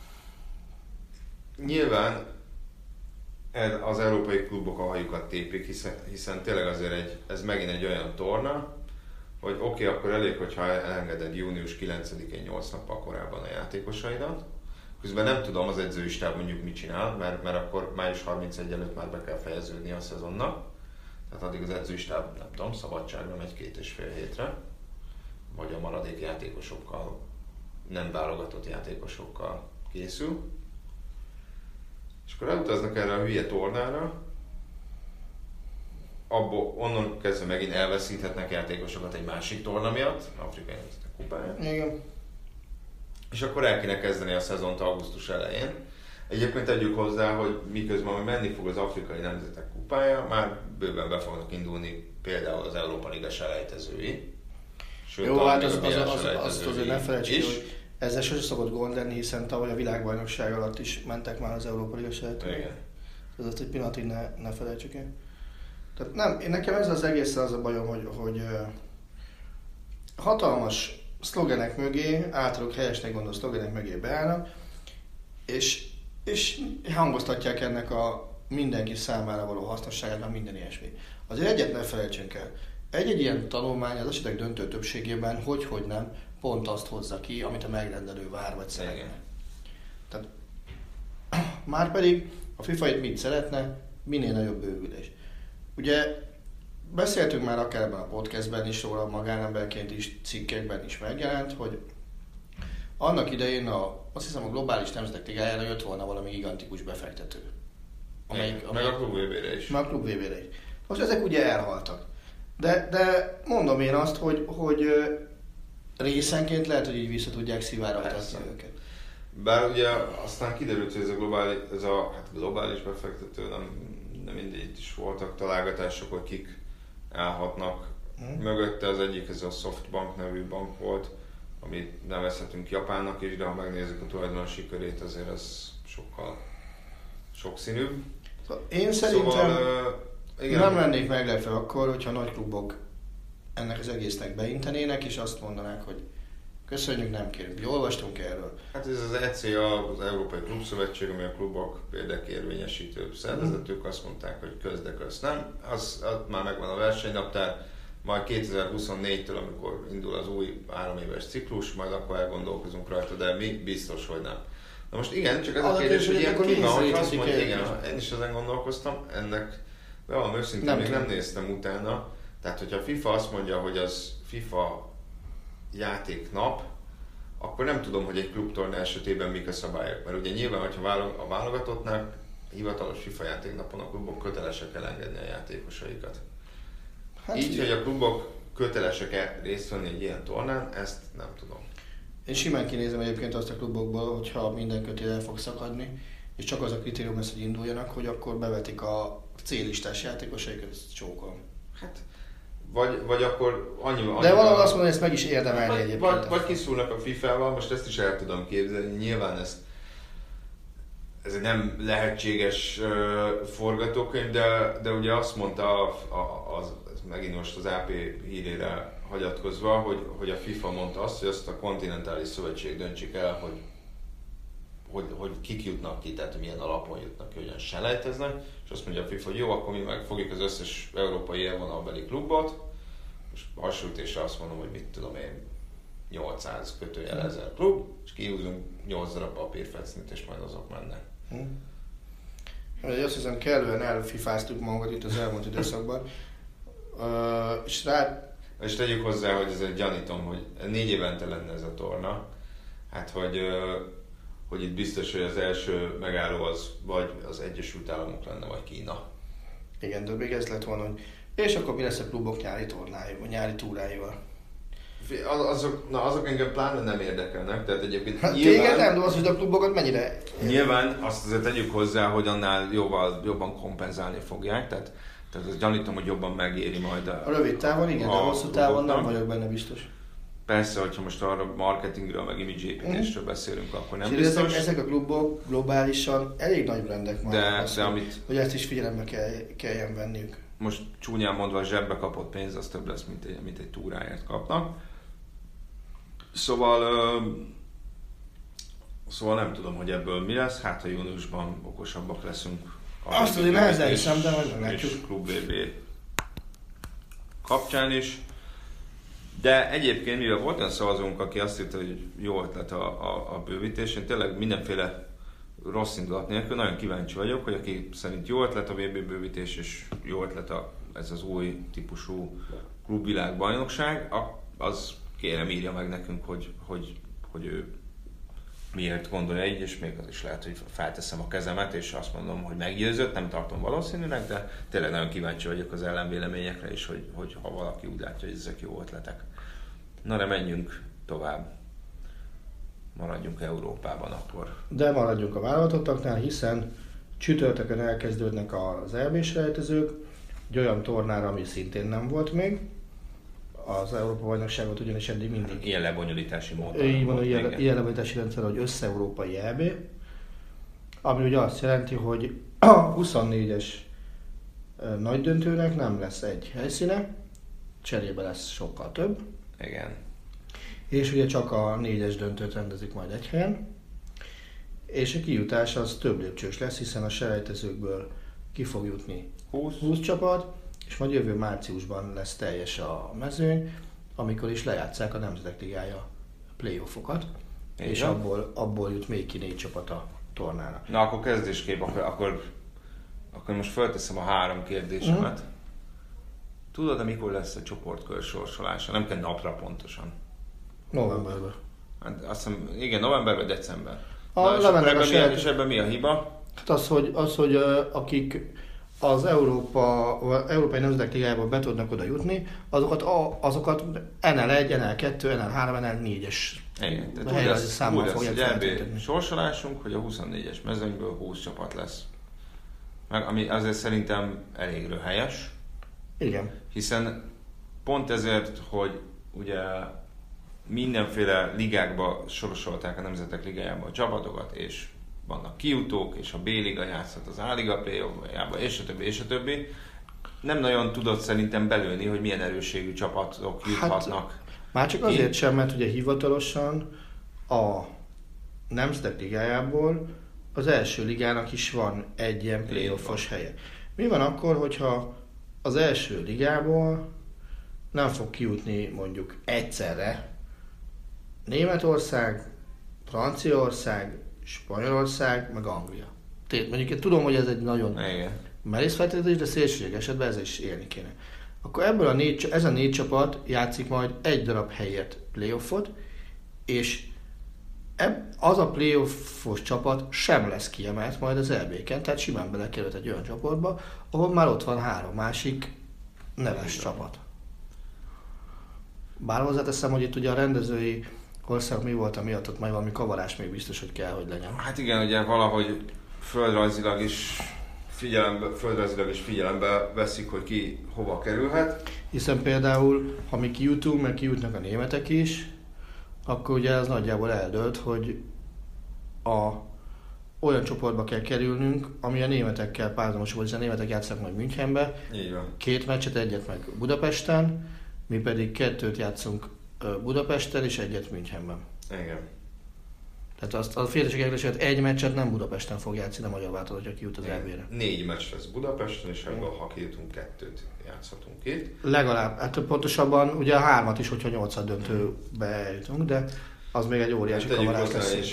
nyilván az európai klubok a hajukat tépik, hiszen tényleg azért ez megint egy olyan torna, hogy oké, akkor elég, hogyha elengeded június 9-én 8 nappal korábban a játékosaidat. Közben nem tudom az edzői stáb mondjuk mit csinál, mert akkor május 31 előtt már be kell fejeződni a szezonnak. Tehát addig az edzői stáb, nem tudom, szabadságra megy 2,5 hétre, vagy a maradék játékosokkal, nem válogatott játékosokkal készül. És akkor elutaznak erre a hülye tornára, onnan kezdve megint elveszíthetnek játékosokat egy másik torna miatt, Afrikai Nemzetek Kupája. Igen. És akkor el kéne kezdeni a szezont augusztus elején. Egyébként tegyük hozzá, hogy miközben majd menni fog az Afrikai Nemzetek Kupája, már bőven be fognak indulni például az Európa Liga selejtezői. Sőt, jó, hát azt azért ne felejtsük, hogy ezzel sose szokott gond lenni, hiszen tavaly a világbajnokság alatt is mentek már az Európa Liga selejtezői. Igen. Ez azt egy pillanatig ne felejtsük el. Tehát nem, nekem ezzel az egészen az a bajom, hogy hatalmas szlogenek mögé, általuk helyesnek gondoló szlogenek mögé beállnak, és hangoztatják ennek a mindenki számára való hasznosságát, meg minden ilyesmi. Azért egyet ne felejtsünk el. Egy ilyen tanulmány az esetek döntő többségében, hogy nem, pont azt hozza ki, amit a megrendelő vár vagy szeretne. Tehát, márpedig a FIFA itt mit szeretne? Minél nagyobb bővülés. Ugye beszéltünk már akár ebben a podcastben is róla, magánemberként is, cikkekben is megjelent, hogy annak idején azt hiszem a globális nemzetek ligájára jött volna valami gigantikus befektető. Meg a Klub VB-re is. Meg a Klub VB-re is. Most ezek ugye elhaltak. De mondom én azt, hogy részenként lehet, hogy így vissza tudják szivárogtatni őket. Bár ugye aztán kiderült, hogy ez a globális befektető nem mindig is voltak találgatások, hogy kik állhatnak. Mögötte az egyik, ez a Softbank nevű bank volt, amit nevezhetünk Japánnak is, de ha megnézzük a tulajdonosi körét, azért ez sokkal sokszínűbb. Én szerintem nem lennék meglepve akkor, hogyha nagy klubok ennek az egésznek beintenének, és azt mondanák, hogy köszönjük, nem kérünk. Olvastunk erről. Hát ez az ECA, az Európai Klubszövetség, ami a klubok érdekérvényesítő szervezetük, azt mondták, hogy köz, de köz nem. Az már megvan a versenynaptár, majd 2024-től, amikor indul az új 3 éves ciklus, majd akkor elgondolkozunk rajta, de mi biztos, hogy nem. Na most igen, csak ez a kérdés, hogy ilyenkor mi van, hogy azt mondja, igen, én is ezen gondolkoztam, ennek valami őszintén még nem néztem utána. Tehát, hogyha a FIFA azt mondja, hogy az FIFA játéknap, akkor nem tudom, hogy egy klubtorna esetében mik a szabályok. Mert ugye nyilván, hogyha a válogatottnál hivatalos FIFA játéknapon a klubok kötelesek elengedni a játékosaikat. Hát így, hogy a klubok kötelesek-e részt venni egy ilyen tornán, ezt nem tudom. Én simán kinézem egyébként azt a klubokból, hogyha minden kötél el fog szakadni, és csak az a kritérium lesz, hogy induljanak, hogy akkor bevetik a C-listás játékosaikat, ezt csókolom. Hát, vagy akkor annyi de valahol azt mondom, hogy ezt meg is érdemelni egyébként. Vagy kiszúrnak a FIFA-val, most ezt is el tudom képzelni, nyilván ez egy nem lehetséges forgatókönyv, de ugye azt mondta, megint most az AP hírére hagyatkozva, hogy a FIFA mondta azt, hogy azt a kontinentális szövetség döntsük el, hogy kik jutnak ki, tehát milyen alapon jutnak ki, hogyan selejteznek, és azt mondja a FIFA, hogy jó, akkor mi megfogjuk az összes európai élvonalbeli klubot, és hasonlítésre azt mondom, hogy mit tudom én, 800 kötőjel 1000 klub, és kihúzunk 8 darab papírfecnit, és majd azok mennek. Azt hiszem, kellően elfifáztuk magunkat itt az elmúlt időszakban, és tegyük hozzá, hogy ez egy gyanítom, hogy 4 évente lenne ez a torna, hát hogy itt biztos, hogy az első megálló az vagy az Egyesült Államok lenne, vagy Kína. Igen, de még ez lett volna, hogy és akkor mi lesz a klubok nyári tornáival, nyári túráival? Azok engem pláne nem érdekelnek, tehát egyébként hát téged nem, de az, hogy a klubokat mennyire... Nyilván azt azért tegyük hozzá, hogy annál jobban kompenzálni fogják, tehát azt gyanítom, hogy jobban megéri majd a rövid távon, igen, de hosszú távon nem vagyok benne biztos. Persze, hogyha most arra marketingről, meg image-építésről beszélünk, akkor nem biztos. Ezek a klubok globálisan elég nagy brandek már, hogy ezt is figyelembe kelljen venniük. Most csúnyán mondva, zsebbe kapott pénz, az több lesz, mint egy túráért kapnak. Szóval nem tudom, hogy ebből mi lesz, hát ha júniusban okosabbak leszünk. Azt azért nehezen hiszem, de majd meglátjuk. És Klub VB kapcsán is. De egyébként, mivel volt olyan szavazónk, aki azt írta, hogy jó ötlet a bővítés, én tényleg mindenféle rossz indulat nélkül nagyon kíváncsi vagyok, hogy aki szerint jó ötlet a VB bővítés, és jó ötlet ez az új típusú klubvilágbajnokság, az kérem írja meg nekünk, hogy ő miért gondolja így, és még az is lehet, hogy felteszem a kezemet, és azt mondom, hogy meggyőzött, nem tartom valószínűleg, de tényleg nagyon kíváncsi vagyok az ellenvéleményekre is, hogy ha valaki úgy látja, hogy ezek jó ötletek. Na de menjünk tovább. Maradjunk Európában akkor. De maradjunk a válogatottaknál, hiszen csütörtökön elkezdődnek az EB-selejtezők, egy olyan tornára, ami szintén nem volt még. Az Európa-bajnokságot ugyanis eddig mindig... Ilyen lebonyolítási módon. Így van, ilyen lebonyolítási rendszer, hogy össze-európai EB, ami ugye azt jelenti, hogy a 24-es nagy döntőnek nem lesz egy helyszíne, cserébe lesz sokkal több. Igen. És ugye csak a 4-es döntőt rendezik majd egy helyen. és a kijutás az több lépcsős lesz, hiszen a selejtezőkből ki fog jutni 20 csapat, és majd jövő márciusban lesz teljes a mezőny, amikor is lejátsszák a Nemzetek Ligája play-offokat, és abból jut még ki 4 csapat a tornára. Na akkor kezdésképp, akkor most felteszem a 3 kérdésemet. Tudod, mikor lesz a csoportkör sorsolása? Nem kell napra pontosan. Novemberben. Hát azt hiszem, igen, novemberben, december. És ebben mi a hiba? Hát az, hogy akik az Európai Nemzetek Ligájából be tudnak oda jutni, azokat NL1, NL2, NL3, NL4-es helyreállítási számmal fogják feltölteni. Sorsolásunk, hogy a 24-es mezőnyből 20 csapat lesz. Ami azért szerintem elég röhelyes. Igen. Hiszen pont ezért, hogy ugye mindenféle ligákba sorosolták a Nemzetek Ligájába a csapatokat, és vannak kijutók, és a B-liga játszhat az A-liga play-offjába, és a többi. Nem nagyon tudod szerintem belőni, hogy milyen erősségű csapatok juthatnak. Hát, már csak azért sem, mert ugye hivatalosan a Nemzetek Ligájából az első ligának is van egy ilyen play-offos helye. Mi van akkor, hogyha az első ligából nem fog kijutni mondjuk egyszerre Németország, Franciaország, Spanyolország, meg Anglia. Tehát mondjuk én tudom, hogy ez egy nagyon merész feltételezés, de szélsőség esetben ezzel is élni kéne. Akkor ebből ez a 4 csapat játszik majd egy darab helyért playoffot, és az a playoffos csapat sem lesz kiemelt majd az EB-ken, tehát simán belekerült egy olyan csoportba, ahol már ott van 3 másik neves csapat. Bár hozzáteszem, hogy itt ugye a rendezői ország mi volt, amiatt ott majd valami kavarás még biztos, hogy kell, hogy legyen. Hát igen, ugye valahogy földrajzilag is figyelembe veszik, hogy ki hova kerülhet. Hiszen például, ha mi kijutunk, meg kijutnak a németek is, akkor ugye ez nagyjából eldőlt, hogy olyan csoportba kell kerülnünk, ami a németekkel párhuzamos volt, hiszen a németek játszanak majd Münchenbe. Így van. 2 meccset, egyet meg Budapesten, mi pedig 2 játszunk Budapesten és 1 Münchenben. Igen. Tehát azt a félreségekre egy meccset nem Budapesten fog játszani a magyar válogatott, aki jut az EB-re. 4 meccs lesz Budapesten, és ebből ha kijutunk 2-t játszhatunk itt. Legalább, hát pontosabban ugye a 3-at is, hogyha 8 döntőbe eljutunk, de az még egy óriási kavarás lesz.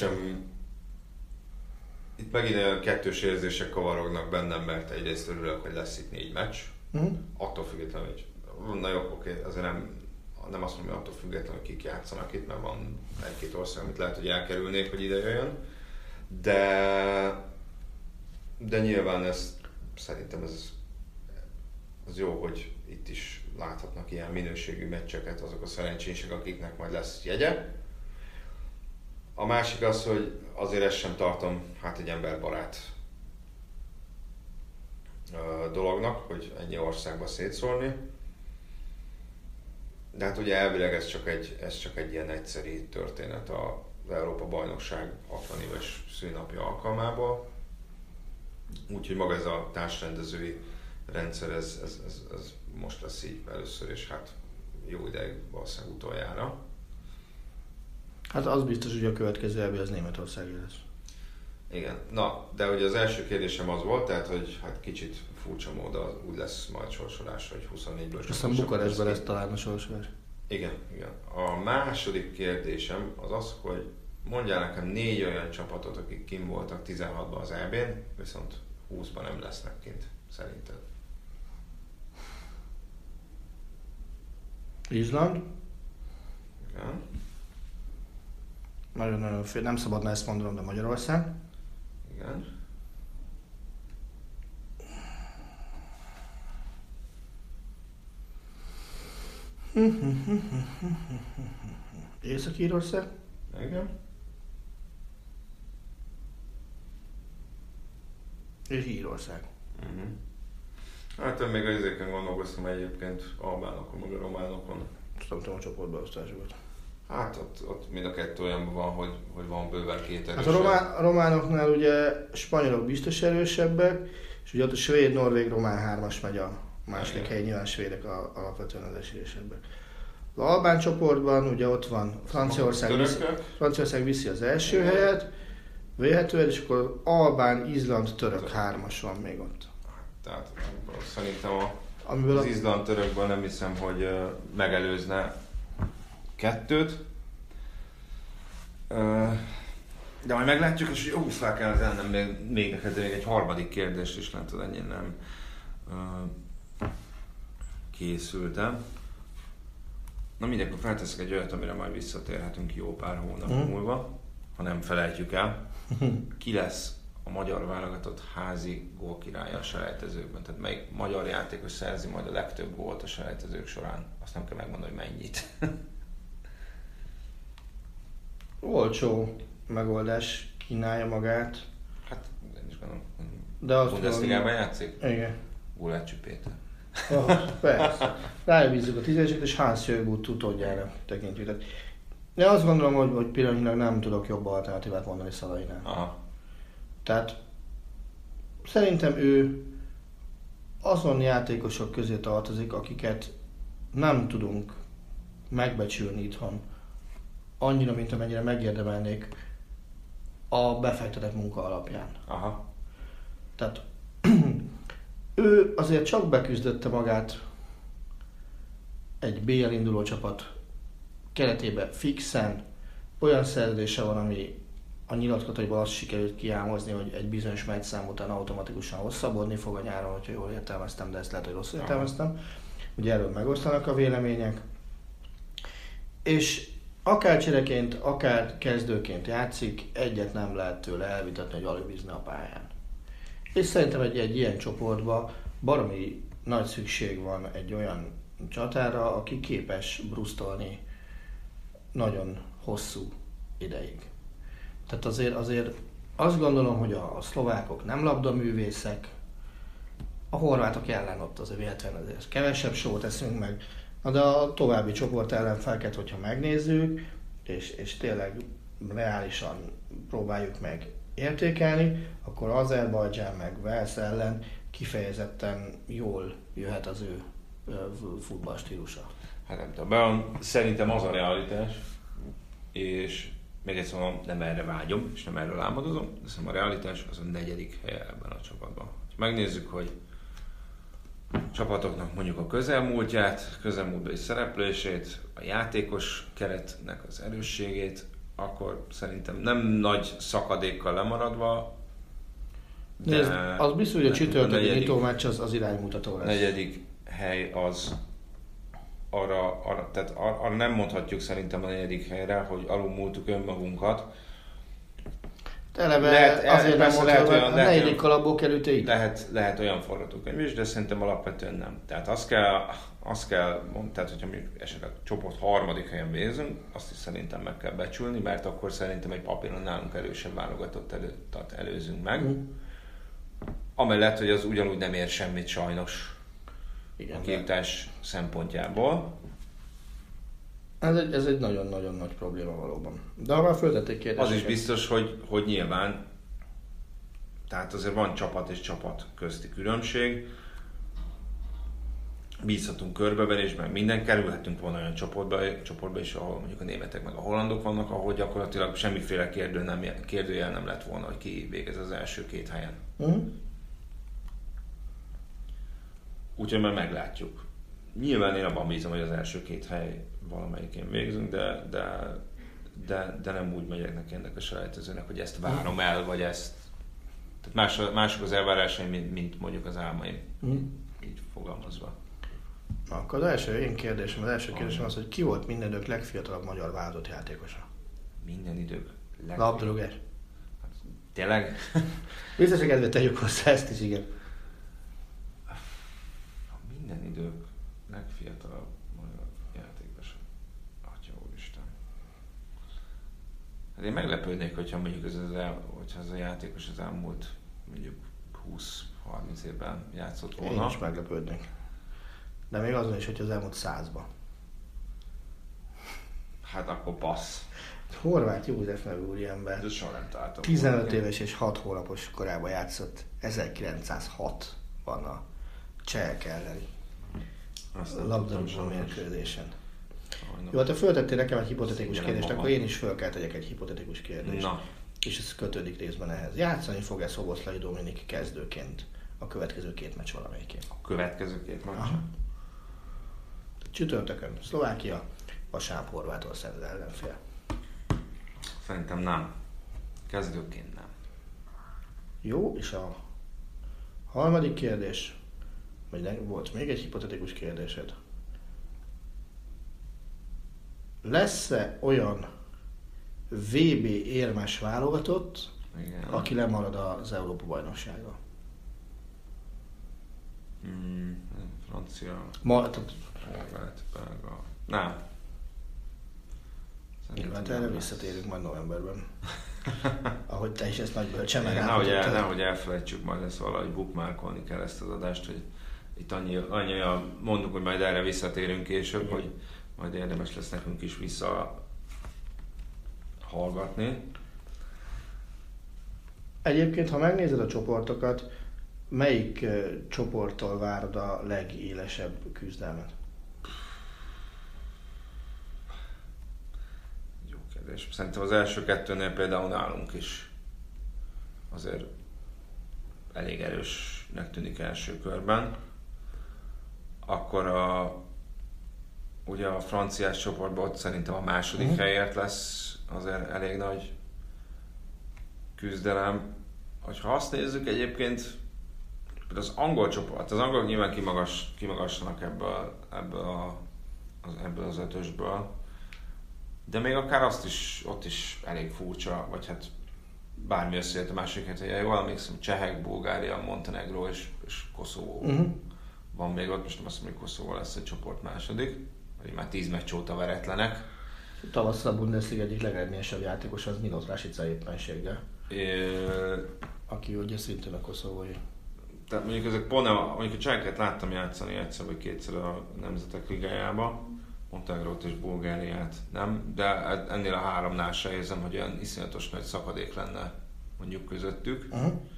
Itt megint olyan kettős érzések kavarognak bennem, mert egyrészt örülök, hogy lesz itt 4 meccs. Attól függetlenül, hogy na jó, oké, azért nem azt mondom, hogy attól függetlenül, hogy kik játszanak itt, mert van 1-2 ország, amit lehet, hogy elkerülnék, hogy ide jöjjön. De nyilván szerintem ez jó, hogy itt is láthatnak ilyen minőségű meccseket azok a szerencsések, akiknek majd lesz jegye. A másik az, hogy azért ezt sem tartom egy emberbarát dolognak, hogy ennyi országba szétszórni. De hát ugye elvileg ez csak egy ilyen egyszeri történet az Európa-bajnokság 60 éves szülinapja alkalmából. Úgyhogy maga ez a társrendezői rendszer, ez most lesz így először, és hát jó ideig valószínűleg utoljára. Hát az biztos, hogy a következő EB az Németország lesz. Igen, na, de ugye az első kérdésem az volt, tehát hogy hát kicsit furcsa módon úgy lesz majd sorsolás, hogy 24-ből... Aztán Bukarestben lesz talán a sorsolás. Igen. A második kérdésem az, hogy mondjál nekem 4 olyan csapatot, akik kint voltak 16-ban az EB-n, viszont 20-ban nem lesznek kint, szerinted? Izland. Igen. Nagyon-nagyon nem szabadna ezt mondanom, de Magyarország. Igen. Észak-Írország. Igen. És Írország. Hát én még ezeken gondolkoztam egyébként, albánokon, meg a románokon. Tudom a csoportbeosztásokat. Hát ott mind a 2 olyanban van, hogy van bőven 2 erősebb. Hát a románoknál ugye spanyolok biztos erősebbek, és ugye ott a svéd, norvég, román 3-as megy a második helyen, nyilván svédek alapvetően az esélyesebbek. Az albán csoportban ugye ott van Franciaország viszi az első helyet, vélhetően, és akkor Albán, Izland, török 3-as van még ott. Tehát szerintem Amiből az Izland törökből nem hiszem, hogy megelőzne 2-t. De majd meglátjuk, és hogy fel kell tennem még neked egy harmadik kérdést is, látod, ennyien nem készültem. Na mindegy, akkor felteszek egy olyat, amire majd visszatérhetünk jó pár hónap múlva, ha nem felejtjük el. Ki lesz a magyar válogatott házi gólkirálya a selejtezőkben? Tehát melyik magyar játékos szerzi majd a legtöbb gólt a selejtezők során? Azt nem kell megmondani, hogy mennyit. Olcsó megoldás kínálja magát. Hát, én is gondolom. De azt Bundesligában játszik? Igen. Gulácsi Péter. Persze. Rájövízzük a 10-eset, és Hans Jörg utódjára tekintjük. De azt gondolom, hogy pillanatnyilag nem tudok jobb alternatívát mondani Szalainál. Aha. Tehát szerintem ő azon játékosok közé tartozik, akiket nem tudunk megbecsülni itthon annyira, mint amennyire megérdemelnék a befektetett munka alapján. Aha. Tehát ő azért csak beküzdötte magát egy BL induló csapat keretében fixen, olyan szerződése van, ami a nyilatkozataiból azt sikerült kiálmozni, hogy egy bizonyos meccszám után automatikusan hosszabbodni fog a nyáron, hogyha jól értelmeztem, de ezt lehet, hogy rosszul értelmeztem. Ugye erről megosztanak a vélemények. És akár csereként, akár kezdőként játszik, egyet nem lehet tőle elvitatni, hogy alibízni a pályán. És szerintem egy ilyen csoportban baromi nagy szükség van egy olyan csatára, aki képes brusztolni nagyon hosszú ideig. Tehát azért azt gondolom, hogy a szlovákok nem labdaművészek, a horvátok ellen ott azért véletlenül azért kevesebb sót eszünk meg, de a további csoport ellenfeleket, hogyha megnézzük, és tényleg reálisan próbáljuk meg értékelni, akkor Azerbajdzsán meg Wales ellen kifejezetten jól jöhet az ő futballstílusa. Hát nem tudom, szerintem az a realitás, és még egyszer mondom, nem erre vágyom, és nem erről álmodozom, de szerintem a realitás az a 4. helye ebben a csapatban. Ha megnézzük, hogy a csapatoknak mondjuk a közelmúltbeli szereplését, a játékos keretnek az erősségét, akkor szerintem nem nagy szakadékkal lemaradva, de nézd, az biztos, hogy a csütörtöki nyitómeccs az iránymutató lesz. 4. hely az arra nem mondhatjuk szerintem a 4. helyre, hogy alulmúltuk önmagunkat. Eleve azért nem mondhatjuk, hogy a 4. kalapból került így. Lehet olyan forgatókönyv is, de szerintem alapvetően nem. Tehát azt kell mondani, tehát hogyha mi esetleg csoport 3. helyen végzünk, azt is szerintem meg kell becsülni, mert akkor szerintem egy papíron nálunk erősebb válogatottat előzünk meg. Amellett, hogy az ugyanúgy nem ér semmit sajnos. Igen, a kijutás szempontjából. Ez egy nagyon-nagyon nagy probléma valóban. De ha már föltették kérdéseket... Az is biztos, hogy nyilván, tehát azért van csapat és csapat közti különbség. Bízhatunk körbeverésben, minden kerülhetünk volna olyan csoportba is, ahol mondjuk a németek meg a hollandok vannak, ahol gyakorlatilag semmiféle kérdőjel nem lett volna, hogy ki végez az első 2 helyen. Úgyhogy már meglátjuk. Nyilván én abban bízom, hogy az első 2 hely valamelyikén végzünk, de nem úgy megyek neki ennek a selejtezőnek, hogy ezt várom el, vagy ezt... Tehát mások az elvárásaim, mint mondjuk az álmaim. Így fogalmazva. Akkor az első kérdésem az, hogy ki volt minden idők legfiatalabb magyar válogatott játékosa? Minden idők Labdarúgás. Tényleg? Biztos, hogy kedvet tegyük hozzá ezt is, igen. Minden idők legfiatalabb magyar játékosa. Atya úristen. Hát én meglepődnék, hogyha mondjuk hogyha ez a játékos az elmúlt mondjuk 20-30 évben játszott volna. Én is meglepődnék. De még azon is, hogy az elmúlt 100-ban. Hát akkor passz. Horváth József nevű úriember. Ez soha nem találtam. 15 éves és 6 hónapos korában játszott 1906-ban a csehek elleni labdarúgó mérkőzésen. Jó, hát ha föltettél nekem egy hipotetikus kérdést, akkor én is föl kell tegyek egy hipotetikus kérdést. Na. és ez kötődik részben ehhez. Játszani fog-e Szoboszlai Dominik kezdőként a következő 2 meccs valamelyikén? A következő 2 meccs? Aha. Csütörtökön Szlovákia, vasárnap Horvátország az ellenfél. Szerintem nem. Kezdőként nem. Jó, és a harmadik kérdés, vagy volt még egy hipotetikus kérdésed. Lesz-e olyan VB érmes válogatott, Igen. aki lemarad az Európa-bajnoksága? Francia. Horvát, belga. Nem. Nyilván erre visszatérünk majd novemberben. Ahogy te is ezt nagybölcsen Nehogy elfelejtsük, majd ezt valahogy bookmarkolni kell ezt az adást, hogy itt annyian mondunk, hogy majd erre visszatérünk később, hogy majd érdemes lesz nekünk is visszahallgatni. Egyébként, ha megnézed a csoportokat, melyik csoporttól várod a legélesebb küzdelmet? Jó kérdés. Szerintem az első 2-nél például nálunk is azért elég erősnek tűnik első körben. Akkor ugye a franciás csoportban ott szerintem a második helyért lesz azért elég nagy küzdelem. Ha azt nézzük egyébként, az angol csoport, az angolok nyilván kimagaslanak ebből az 5-ösből, de még akár ott is elég furcsa, vagy hát bármi összejött a másik helyet, hogy jól emlékszem, Csehek, Bulgária, Montenegro és Koszovó van még ott, most nem azt mondom, hogy Koszovó lesz egy csoport második, vagy már 10 meccs óta veretlenek. Tavasszal a Bundesliga egyik legeredményesebb játékos az Milot Rashica éppenséggel. Aki ugye szintén a koszovói. Tehát mondjuk mondjuk a cseheket láttam játszani egyszer vagy kétszer a Nemzetek Ligájába, Montenegrót és Bulgáriát nem, de ennél a 3-nál se érzem, hogy olyan iszonyatos nagy szakadék lenne mondjuk közöttük.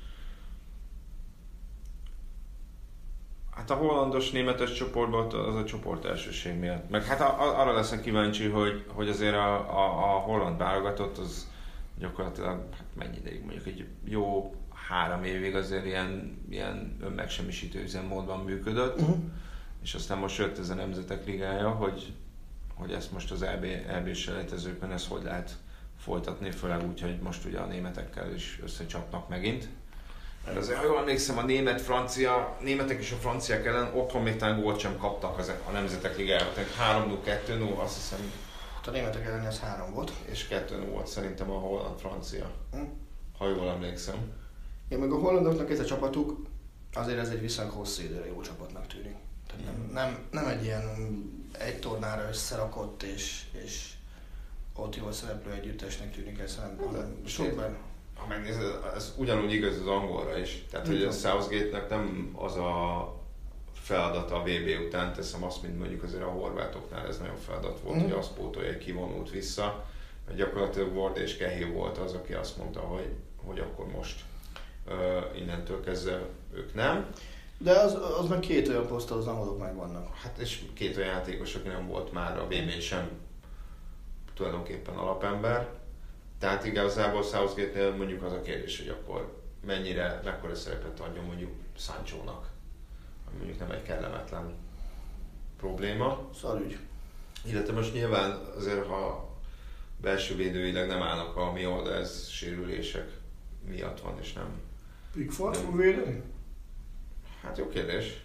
Hát a hollandos, németes csoportban az a csoport elsőség miatt. Meg hát arra leszek kíváncsi, hogy azért a holland válogatott az gyakorlatilag hát mennyi ideig, mondjuk egy jó 3 évig azért ilyen önmegsemmisítő üzemmódban működött, és aztán most jött ez a Nemzetek Ligája, hogy ezt most az EB-s selejtezőkön ezt hogy lehet folytatni, főleg úgy, hogy most ugye a németekkel is összecsapnak megint. Mert azért, ha jól emlékszem, a németek és a franciák ellen otthon még talán gólt sem kaptak a Nemzetek Ligájában. Tehát 3-0, 2-0, azt hiszem. A németek ellen az 3 volt. És 2-0 volt szerintem a holland-francia, ha jól emlékszem. Ja, meg a hollandoknak ez a csapatuk, azért ez egy viszonylag hosszú időre jó csapatnak tűnik. Nem egy ilyen egy tornára összerakott és ott jól szereplő együttesnek tűnik ez, hanem sokban. Ha megnézed, ez ugyanúgy igaz az angolra is. Tehát, hogy a Southgate-nek nem az a feladata a VB után, teszem azt, mint mondjuk azért a horvátoknál ez nagyon feladat volt, hogy azt pótolja, hogy kivonult vissza. Mert gyakorlatilag Ward és Cahill volt az, aki azt mondta, hogy akkor most innentől kezdve ők nem. De az meg 2 olyan poszttal az angolok meg vannak. Hát és 2 olyan játékos, aki nem volt már a VB-n sem tulajdonképpen alapember. Tehát igazából Southgate-nél mondjuk az a kérdés, hogy akkor mekkora szerepet adjon mondjuk Sanchónak, ami mondjuk nem egy kellemetlen probléma. Szarügy. Illetve most nyilván azért, ha belső védőileg nem állnak a mi oldal, ez sérülések miatt van, és nem. Pickford fog védeni? Hát jó kérdés.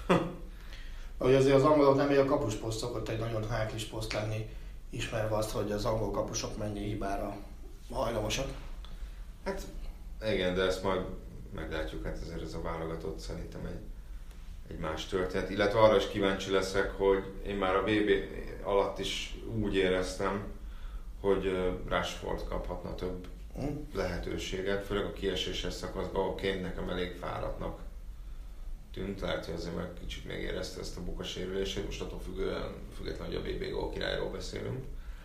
Hogy azért az angolok nem a kapusposzt szokott egy nagyon háklis poszt lenni, ismerve azt, hogy az angol kapusok mennyi hibára hajlamosak. Hát igen, de ezt majd meglátjuk, hát ezért ez a válogatott szerintem egy más történet. Illetve arra is kíváncsi leszek, hogy én már a VB alatt is úgy éreztem, hogy Rashford kaphatna több lehetőséget, főleg a kieséses szakaszban, ahol Kane nekem elég fáradtnak tűnt, lehet, hogy azért meg kicsit még érezte ezt a bukasérülését, most attól függetlenül, hogy a VB gól királyról beszélünk.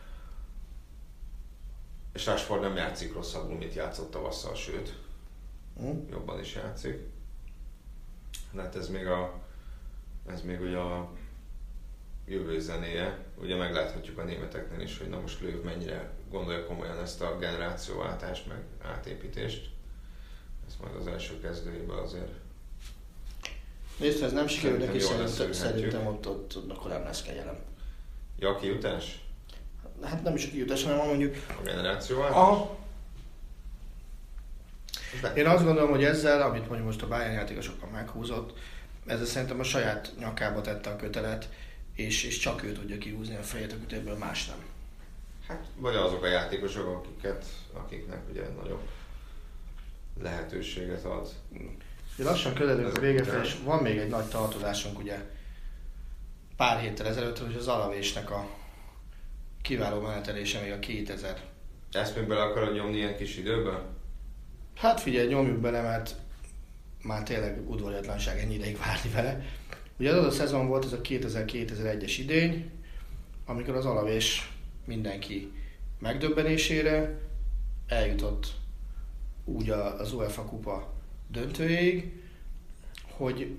És Rashford nem játszik rosszabbul, mint játszott tavasszal, sőt, jobban is játszik. Hát ez még ugye a jövő zenéje. Ugye megláthatjuk a németeknél is, hogy na most Löw mennyire gondolja komolyan ezt a generációváltást, meg átépítést. Ez majd az első kezdőjéből azért. Nézd, ez nem sikerül neki, Szerintem szerintem ott akkor nem lesz kegyelem. Ja, a kijutás? Hát nem is a kijutás, hanem mondjuk... A generációváltás? Aha. Én azt gondolom, hogy ezzel, amit mondjuk most a Bayern játékosokon meghúzott, ezzel szerintem a saját nyakába tette a kötelet, és csak ő tudja kihúzni a fejét a kötélből, más nem. Hát, vagy azok a játékosok, akiknek ugye nagyobb lehetőséget ad. Lassan közelünk a vége felé, és van még egy nagy tartozásunk, ugye pár héttel ezelőtt, hogy az Alavésnek a kiváló menetelése még a 2000. Ezt még bele akarod nyomni ilyen kis időben? Hát figyelj, nyomjuk bele, mert már tényleg udvariatlanság ennyi ideig várni vele. Ugye az a szezon volt, ez a 2000-2001-es idény, amikor az Alavés mindenki megdöbbenésére eljutott úgy az UEFA kupa döntőjéig, hogy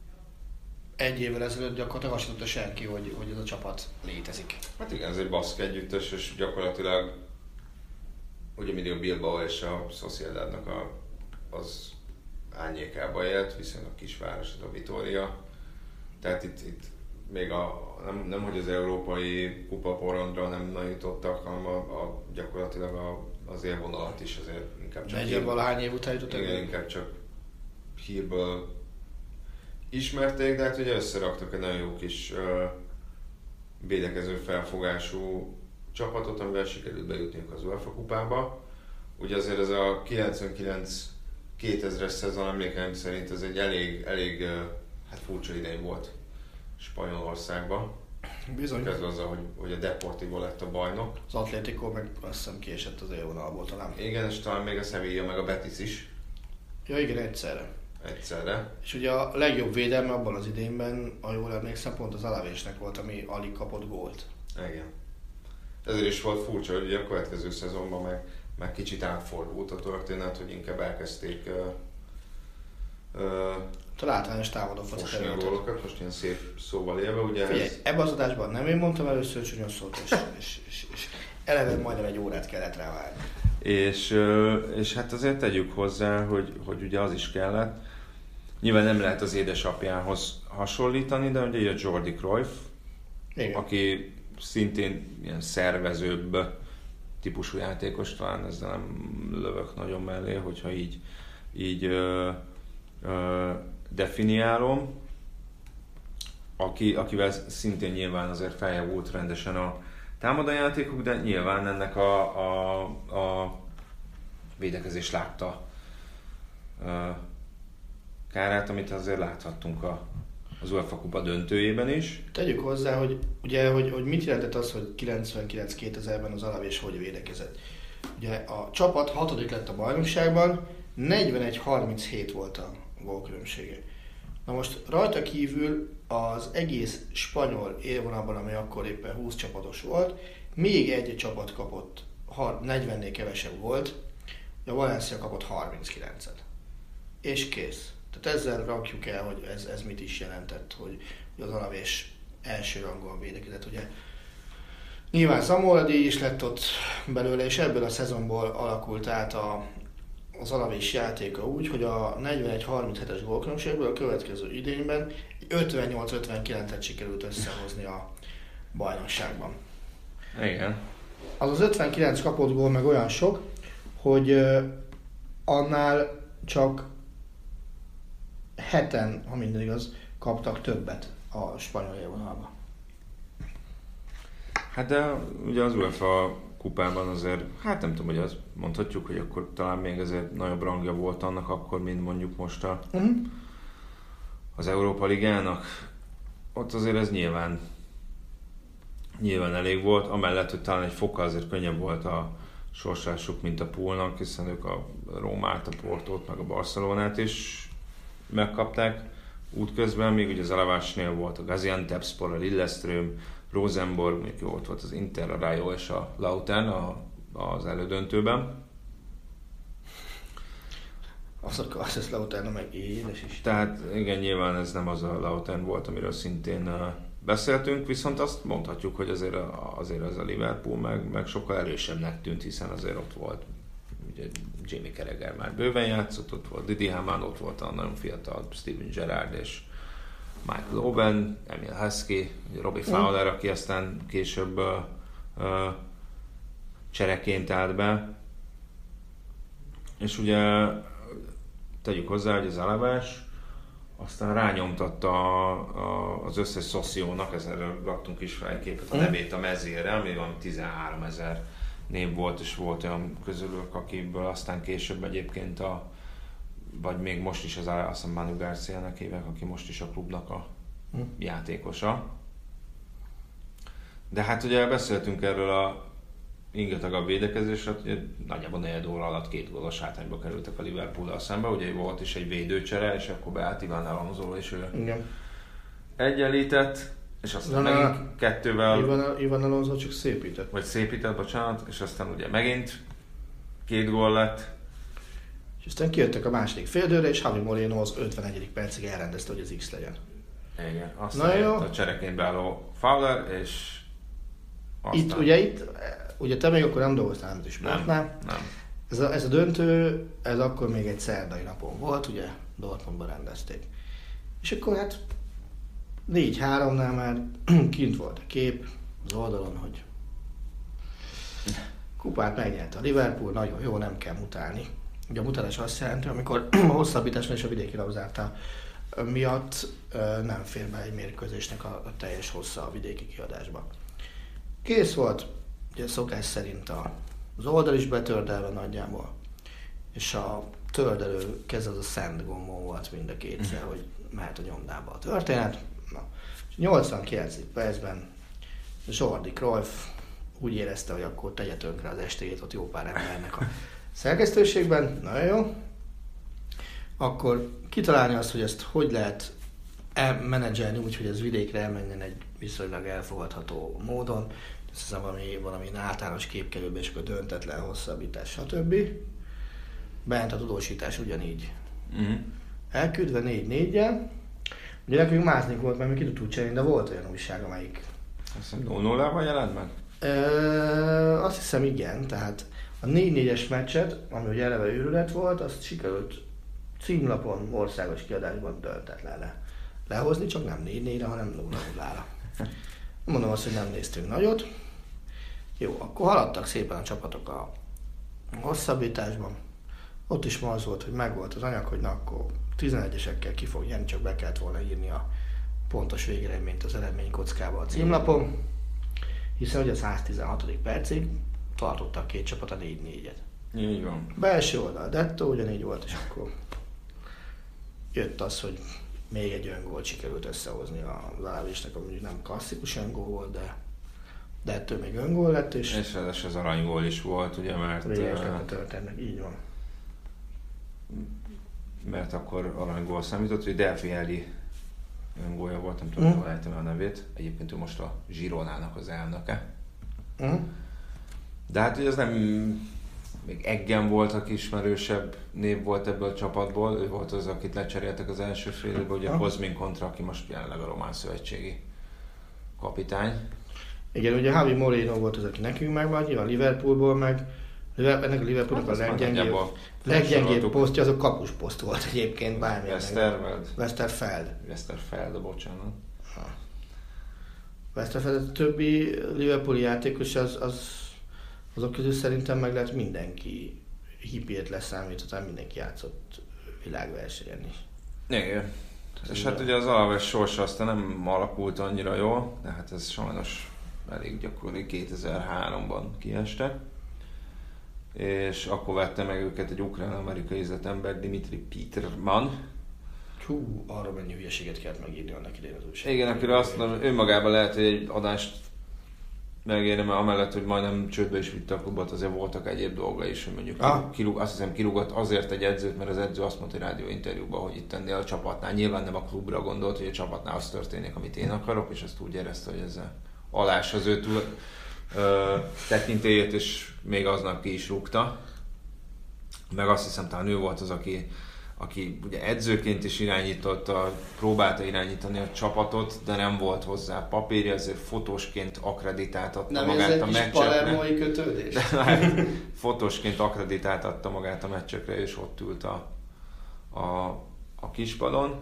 egy évvel ezelőtt gyakorlatilag azt tudta senki, hogy ez a csapat létezik. Hát igen, ez egy baszk együttes, és gyakorlatilag ugye mindig a Bilbao és a Sociedadnak az árnyékába élt, viszonylag kisváros, a Vitoria. Tehát itt még nem hogy az európai kupaporondra nem jutottak, hanem gyakorlatilag az élvonalat is azért inkább csak... 40-valahány év után jutottak? Igen, inkább csak hírből ismerték, de hát ugye összeraktak egy nagyon jó kis védekező felfogású csapatot, amivel sikerült bejutniuk az UEFA kupába. Ugye azért ez a 99-2000-es szezon emlékeim szerint ez egy elég hát furcsa idején volt Spanyolországban. Bizony. Kezdve azzal, hogy a Deportivo lett a bajnok. Az Atlético meg azt hiszem kiesett az élvonalból talán. Igen, és talán még a Sevilla meg a Betis is. Ja igen, egyszerre. És ugye a legjobb védelme abban az idényben, ha jól emlékszem, pont az Alavésnek volt, ami alig kapott gólt. Igen. Ezért is volt furcsa, hogy ugye a következő szezonban meg kicsit átfordult a történet, hogy inkább elkezdték általános támadó focit gólokat, most ilyen szép szóval élve, ugye figyelj, ebben az adásban nem én mondtam először csúnya szót, és eleve majdnem egy órát kellett rá várni. És hát azért tegyük hozzá, hogy ugye az is kellett. Nyilván nem lehet az édesapjához hasonlítani, de ugye a Jordi Cruyff, igen, aki szintén ilyen szervezőbb típusú játékos, talán ezzel nem lövök nagyon mellé, hogyha így definiálom, akivel szintén nyilván azért feljavult rendesen a támadójátékok, de nyilván ennek a védekezés látta kárát, amit azért láthattunk az UEFA kupa döntőjében is. Tegyük hozzá, hogy ugye, hogy mit jelentett az, hogy 99-2000-ben az Alavés hogy védekezett. Ugye a csapat 6. lett a bajnokságban, 41-37 volt a gólkülönbsége. Na most rajta kívül az egész spanyol élvonalban, ami akkor éppen 20 csapatos volt, még egy csapat kapott 40-nél kevesebb volt, a Valencia kapott 39-et. És kész. Tehát ezzel rakjuk el, hogy ez mit is jelentett, hogy az Alavés első rangon védekezett. Ugye nyilván Zamora díj is lett ott belőle, és ebből a szezonból alakult át az Alavés játéka úgy, hogy a 41-37-es gólkülönbségből a következő idényben 58-59-et sikerült összehozni a bajnokságban. Igen. Az 59 kapott gól meg olyan sok, hogy annál csak 7-en, ha minden igaz, kaptak többet a spanyol élvonalban. Hát de ugye az UEFA kupában azért, hát nem tudom, hogy azt mondhatjuk, hogy akkor talán még azért nagyobb rangja volt annak akkor, mint mondjuk most az Európa Ligának. Ott azért ez nyilván elég volt, amellett, hogy talán egy fokkal azért könnyebb volt a sorsásuk, mint a Poolnak, hiszen ők a Rómát, a Portót, meg a Barcelonát is megkapták útközben, még ugye az Alavásnél volt a Gaziantepspor, a Lillestrøm, Rosenborg, még ott volt az Inter, a Rayo és a Lautern az elődöntőben. Az Lautern meg édes is. Tehát igen, nyilván ez nem az a Lautern volt, amiről szintén beszéltünk, viszont azt mondhatjuk, hogy azért ez a Liverpool meg sokkal erősebbnek tűnt, hiszen azért ott volt ugye Jamie Carragher már bőven játszott, ott volt Didi Hamann, ott volt a nagyon fiatal Steven Gerrard és Michael Owen, Emil Heskey, Robbie Fowler, aki aztán később csereként állt be. És ugye tegyük hozzá, hogy az Alaves aztán rányomtatta az összes szociónak, ezzel raktunk is fel egy képet, a nevét a mezére, ami van 13 000 név volt, és volt olyan közülük, akiből aztán később egyébként vagy még most is azt hiszem Manu Garcia-nek hívják, aki most is a klubnak a játékosa. De hát ugye beszéltünk erről a ingatagabb védekezésre, hogy nagyjából 4 óra alatt 2 gólos hátrányba kerültek a Liverpool-dal szembe, ugye volt is egy védőcsere, és akkor beállt Iván Alonso, és ő egyenlített, és aztán megint 2-vel... Iván Alonso csak szépített. Vagy szépített, bocsánat, és aztán ugye megint 2 gól lett. És aztán kijöttek a második félidőre, és Javi Moreno az 51. percig elrendezte, hogy az X legyen. Igen, aztán jött a csereként beálló Fowler, és aztán... Ugye te még akkor nem dolgoztál nemzeti sportnál. Nem. Ez a döntő, ez akkor még egy szerdai napon volt, ugye Dortmundban rendezték. És akkor hát 4-3-nál már kint volt a kép az oldalon, hogy kupát megnyert a Liverpool, nagyon jó, nem kell mutálni. Ugye a mutálás azt jelenti, amikor a hosszabbításnál és a vidéki labzártál miatt nem fér be egy mérkőzésnek a teljes hossza a vidéki kiadásba. Kész volt, ugye szokás szerint az oldal is betördelve nagyjából, és a tördelő kez az a szent gombon volt mind a kétszer, hogy mehet a nyomdába a történet. Na. És 89. percben Jordi Cruyff úgy érezte, hogy akkor tegye tönkre az estéjét ott jó pár embernek a szerkesztőségben. Na jó. Akkor kitalálni azt, hogy ezt hogy lehet menedzselni úgy, hogy ez vidékre elmenjen egy viszonylag elfogadható módon. Ez hiszem valami általános képkerülbe, és akkor döntetlen hosszabbítás, stb. Bent a tudósítás ugyanígy. Elküldve 4-4-jel. Ugye nekünk mászni volt, mert mi ki tudtuk cserélni, de volt olyan újság, amelyik... Azt hiszem 0-0-ban jelent meg? Azt hiszem igen, tehát a 4-4-es meccset, ami ugye eleve őrület volt, azt sikerült címlapon, országos kiadásban döntetlen lehozni, csak nem 4-4-re, hanem 0-0-ra. Mondom azt, hogy nem néztünk nagyot. Jó, akkor haladtak szépen a csapatok a hosszabbításban. Ott is ma az volt, hogy megvolt az anyag, hogy na akkor 11-esekkel ki fog jönni, csak be kellett volna írni a pontos végeredményt az eredménykockába a címlapon. Hiszen ugye a 116. percig tartottak 2 csapat a 4-4-et. Így van. Belső oldal Detto ugyanígy volt, és akkor jött az, hogy még egy öngólt sikerült összehozni az Alavésnek, ami nem klasszikus öngól volt, de ettől még öngól lett, és ráadásul az aranygól is volt, ugye, mert... a történetnek, így van. Mert akkor aranygól számított, hogy Delphi Eli öngólja volt, nem tudom, hol ejtem a nevét. Egyébként ő most a Gironának az elnöke. De hát ugye ez nem... Még Eggen volt, aki ismerősebb név volt ebből a csapatból, ő volt az, akit lecseréltek az első fél évben, ugye Kozmin kontra, aki most jelenleg a román szövetségi kapitány. Igen, ugye Javi Moreno volt az, aki nekünk megvan, nyilván Liverpoolból meg, ennek a Liverpoolnak a leggyengébb posztja, az a kapus poszt volt egyébként bármilyen. Westerfeld, bocsánat. Westerfeld, a többi Liverpooli játékos azok közül szerintem meg lehet mindenki hippiét leszámítva, mindenki játszott világversenyen is. Igen. És hát ugye az Alaves sorsa aztán nem alakult annyira jól, de hát ez sajnos elég gyakori, 2003-ban kiestek. És akkor vette meg őket egy ukrán-amerikai üzletember, Dimitri Peterman. Hú, arra mennyi hülyeséget kellett megírni annak idején az újság. Igen, akire azt mondom, önmagában lehet, hogy egy adást megérne, mert amellett, hogy majdnem csődbe is vitte a klubot, azért voltak egyéb dolga is, hogy mondjuk azt hiszem kirúgott azért egy edzőt, mert az edző azt mondta egy rádióinterjúban, hogy itt ennél a csapatnál, nyilván nem a klubra gondolt, hogy a csapatnál az történik, amit én akarok, és azt úgy érezte, hogy ezzel alás az ő tekintélyét, és még aznap ki is rúgta. Meg azt hiszem, talán ő volt az, aki ugye edzőként is próbálta irányítani a csapatot, de nem volt hozzá papírja, ezért fotósként akkreditáltatta magát a meccsekre. Nem ez egy kis palermói kötődés? Fotósként akkreditáltatta magát a meccsekre, és ott ült a kispadon.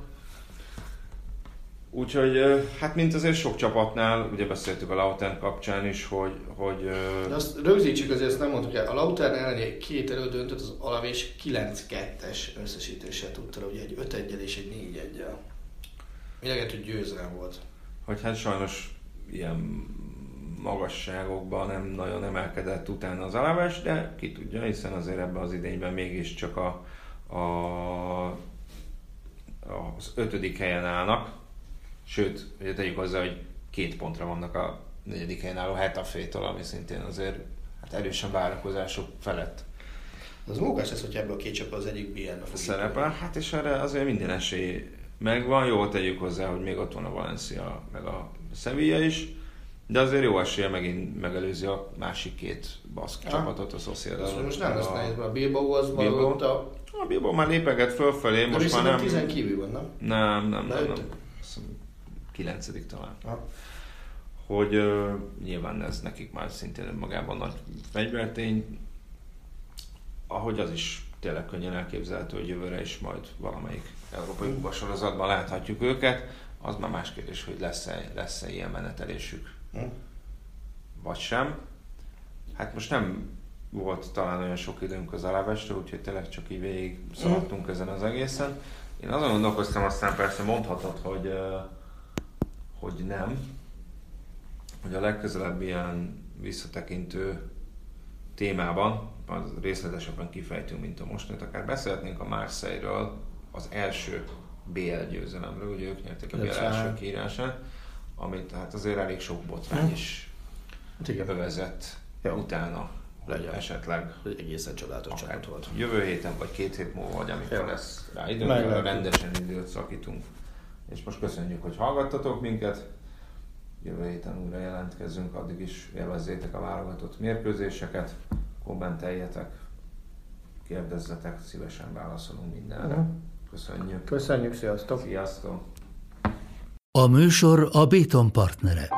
Úgyhogy, hát mint azért sok csapatnál, ugye beszéltük a Lautern kapcsán is, hogy de azt rögzítsük, azért ezt nem mondtuk el. A Lautern elleni 2 elődöntőt az Alavés 9-2-es összesítéssel tudta, ugye egy 5-1-el és egy 4-1-el. Mindegett, hogy győzelem volt. Hogy hát sajnos ilyen magasságokban nem nagyon emelkedett utána az Alavés, de ki tudja, hiszen azért ebben az idényben mégiscsak az 5. helyen állnak. Sőt, ugye tegyük hozzá, hogy 2 pontra vannak a 4. helyen álló Hetafétől, ami szintén azért hát erősen várakozások felett. Az munkás lesz, hogy ebből a 2 csapat az egyik BL-be fog szerepel, hát és erre azért minden esély megvan. Jól tegyük hozzá, hogy még ott van a Valencia, meg a Sevilla is, de azért jó esélye megint megelőzi a másik 2 baszk csapatot, a Sociedad. Most nem lesz nehéz, mert a Bilbao az valahogy a Bilbao már lépeget fölfelé, de most már nem... 10 kívül van, nem? Nem. 9. talán. Hogy nyilván ez nekik már szintén magában nagy fegyvertény, ahogy az is tényleg könnyen elképzelhető, hogy jövőre is majd valamelyik európai kupa sorozatban láthatjuk őket. Az már más kérdés, hogy lesz-e ilyen menetelésük, vagy sem. Hát most nem volt talán olyan sok időnk az Alavesre, úgyhogy tényleg csak így végig szaladtunk ezen az egészen. Én azon gondolkoztam, aztán persze mondhatod, hogy nem, hogy a legközelebb ilyen visszatekintő témában, az részletesebben kifejtünk, mint a mostanit, akár beszélhetnénk a Marseille-ről, az első BL győzelemről, ugye ők nyerték a BL első kiírását, amit hát azért elég sok botrány is övezett utána, hogy esetleg egészen csodálatos csapat volt. Jövő héten vagy 2 hét múlva, vagy amikor lesz rá időnk, rendesen időt szakítunk. És most köszönjük, hogy hallgattatok minket. Jövő héten újra jelentkezünk, addig is élvezzétek a válogatott mérkőzéseket, kommenteljetek, kérdezzetek, szívesen válaszolunk mindenre. Köszönjük. Köszönjük, sziasztok! Sziasztok! A műsor a Béton partnere.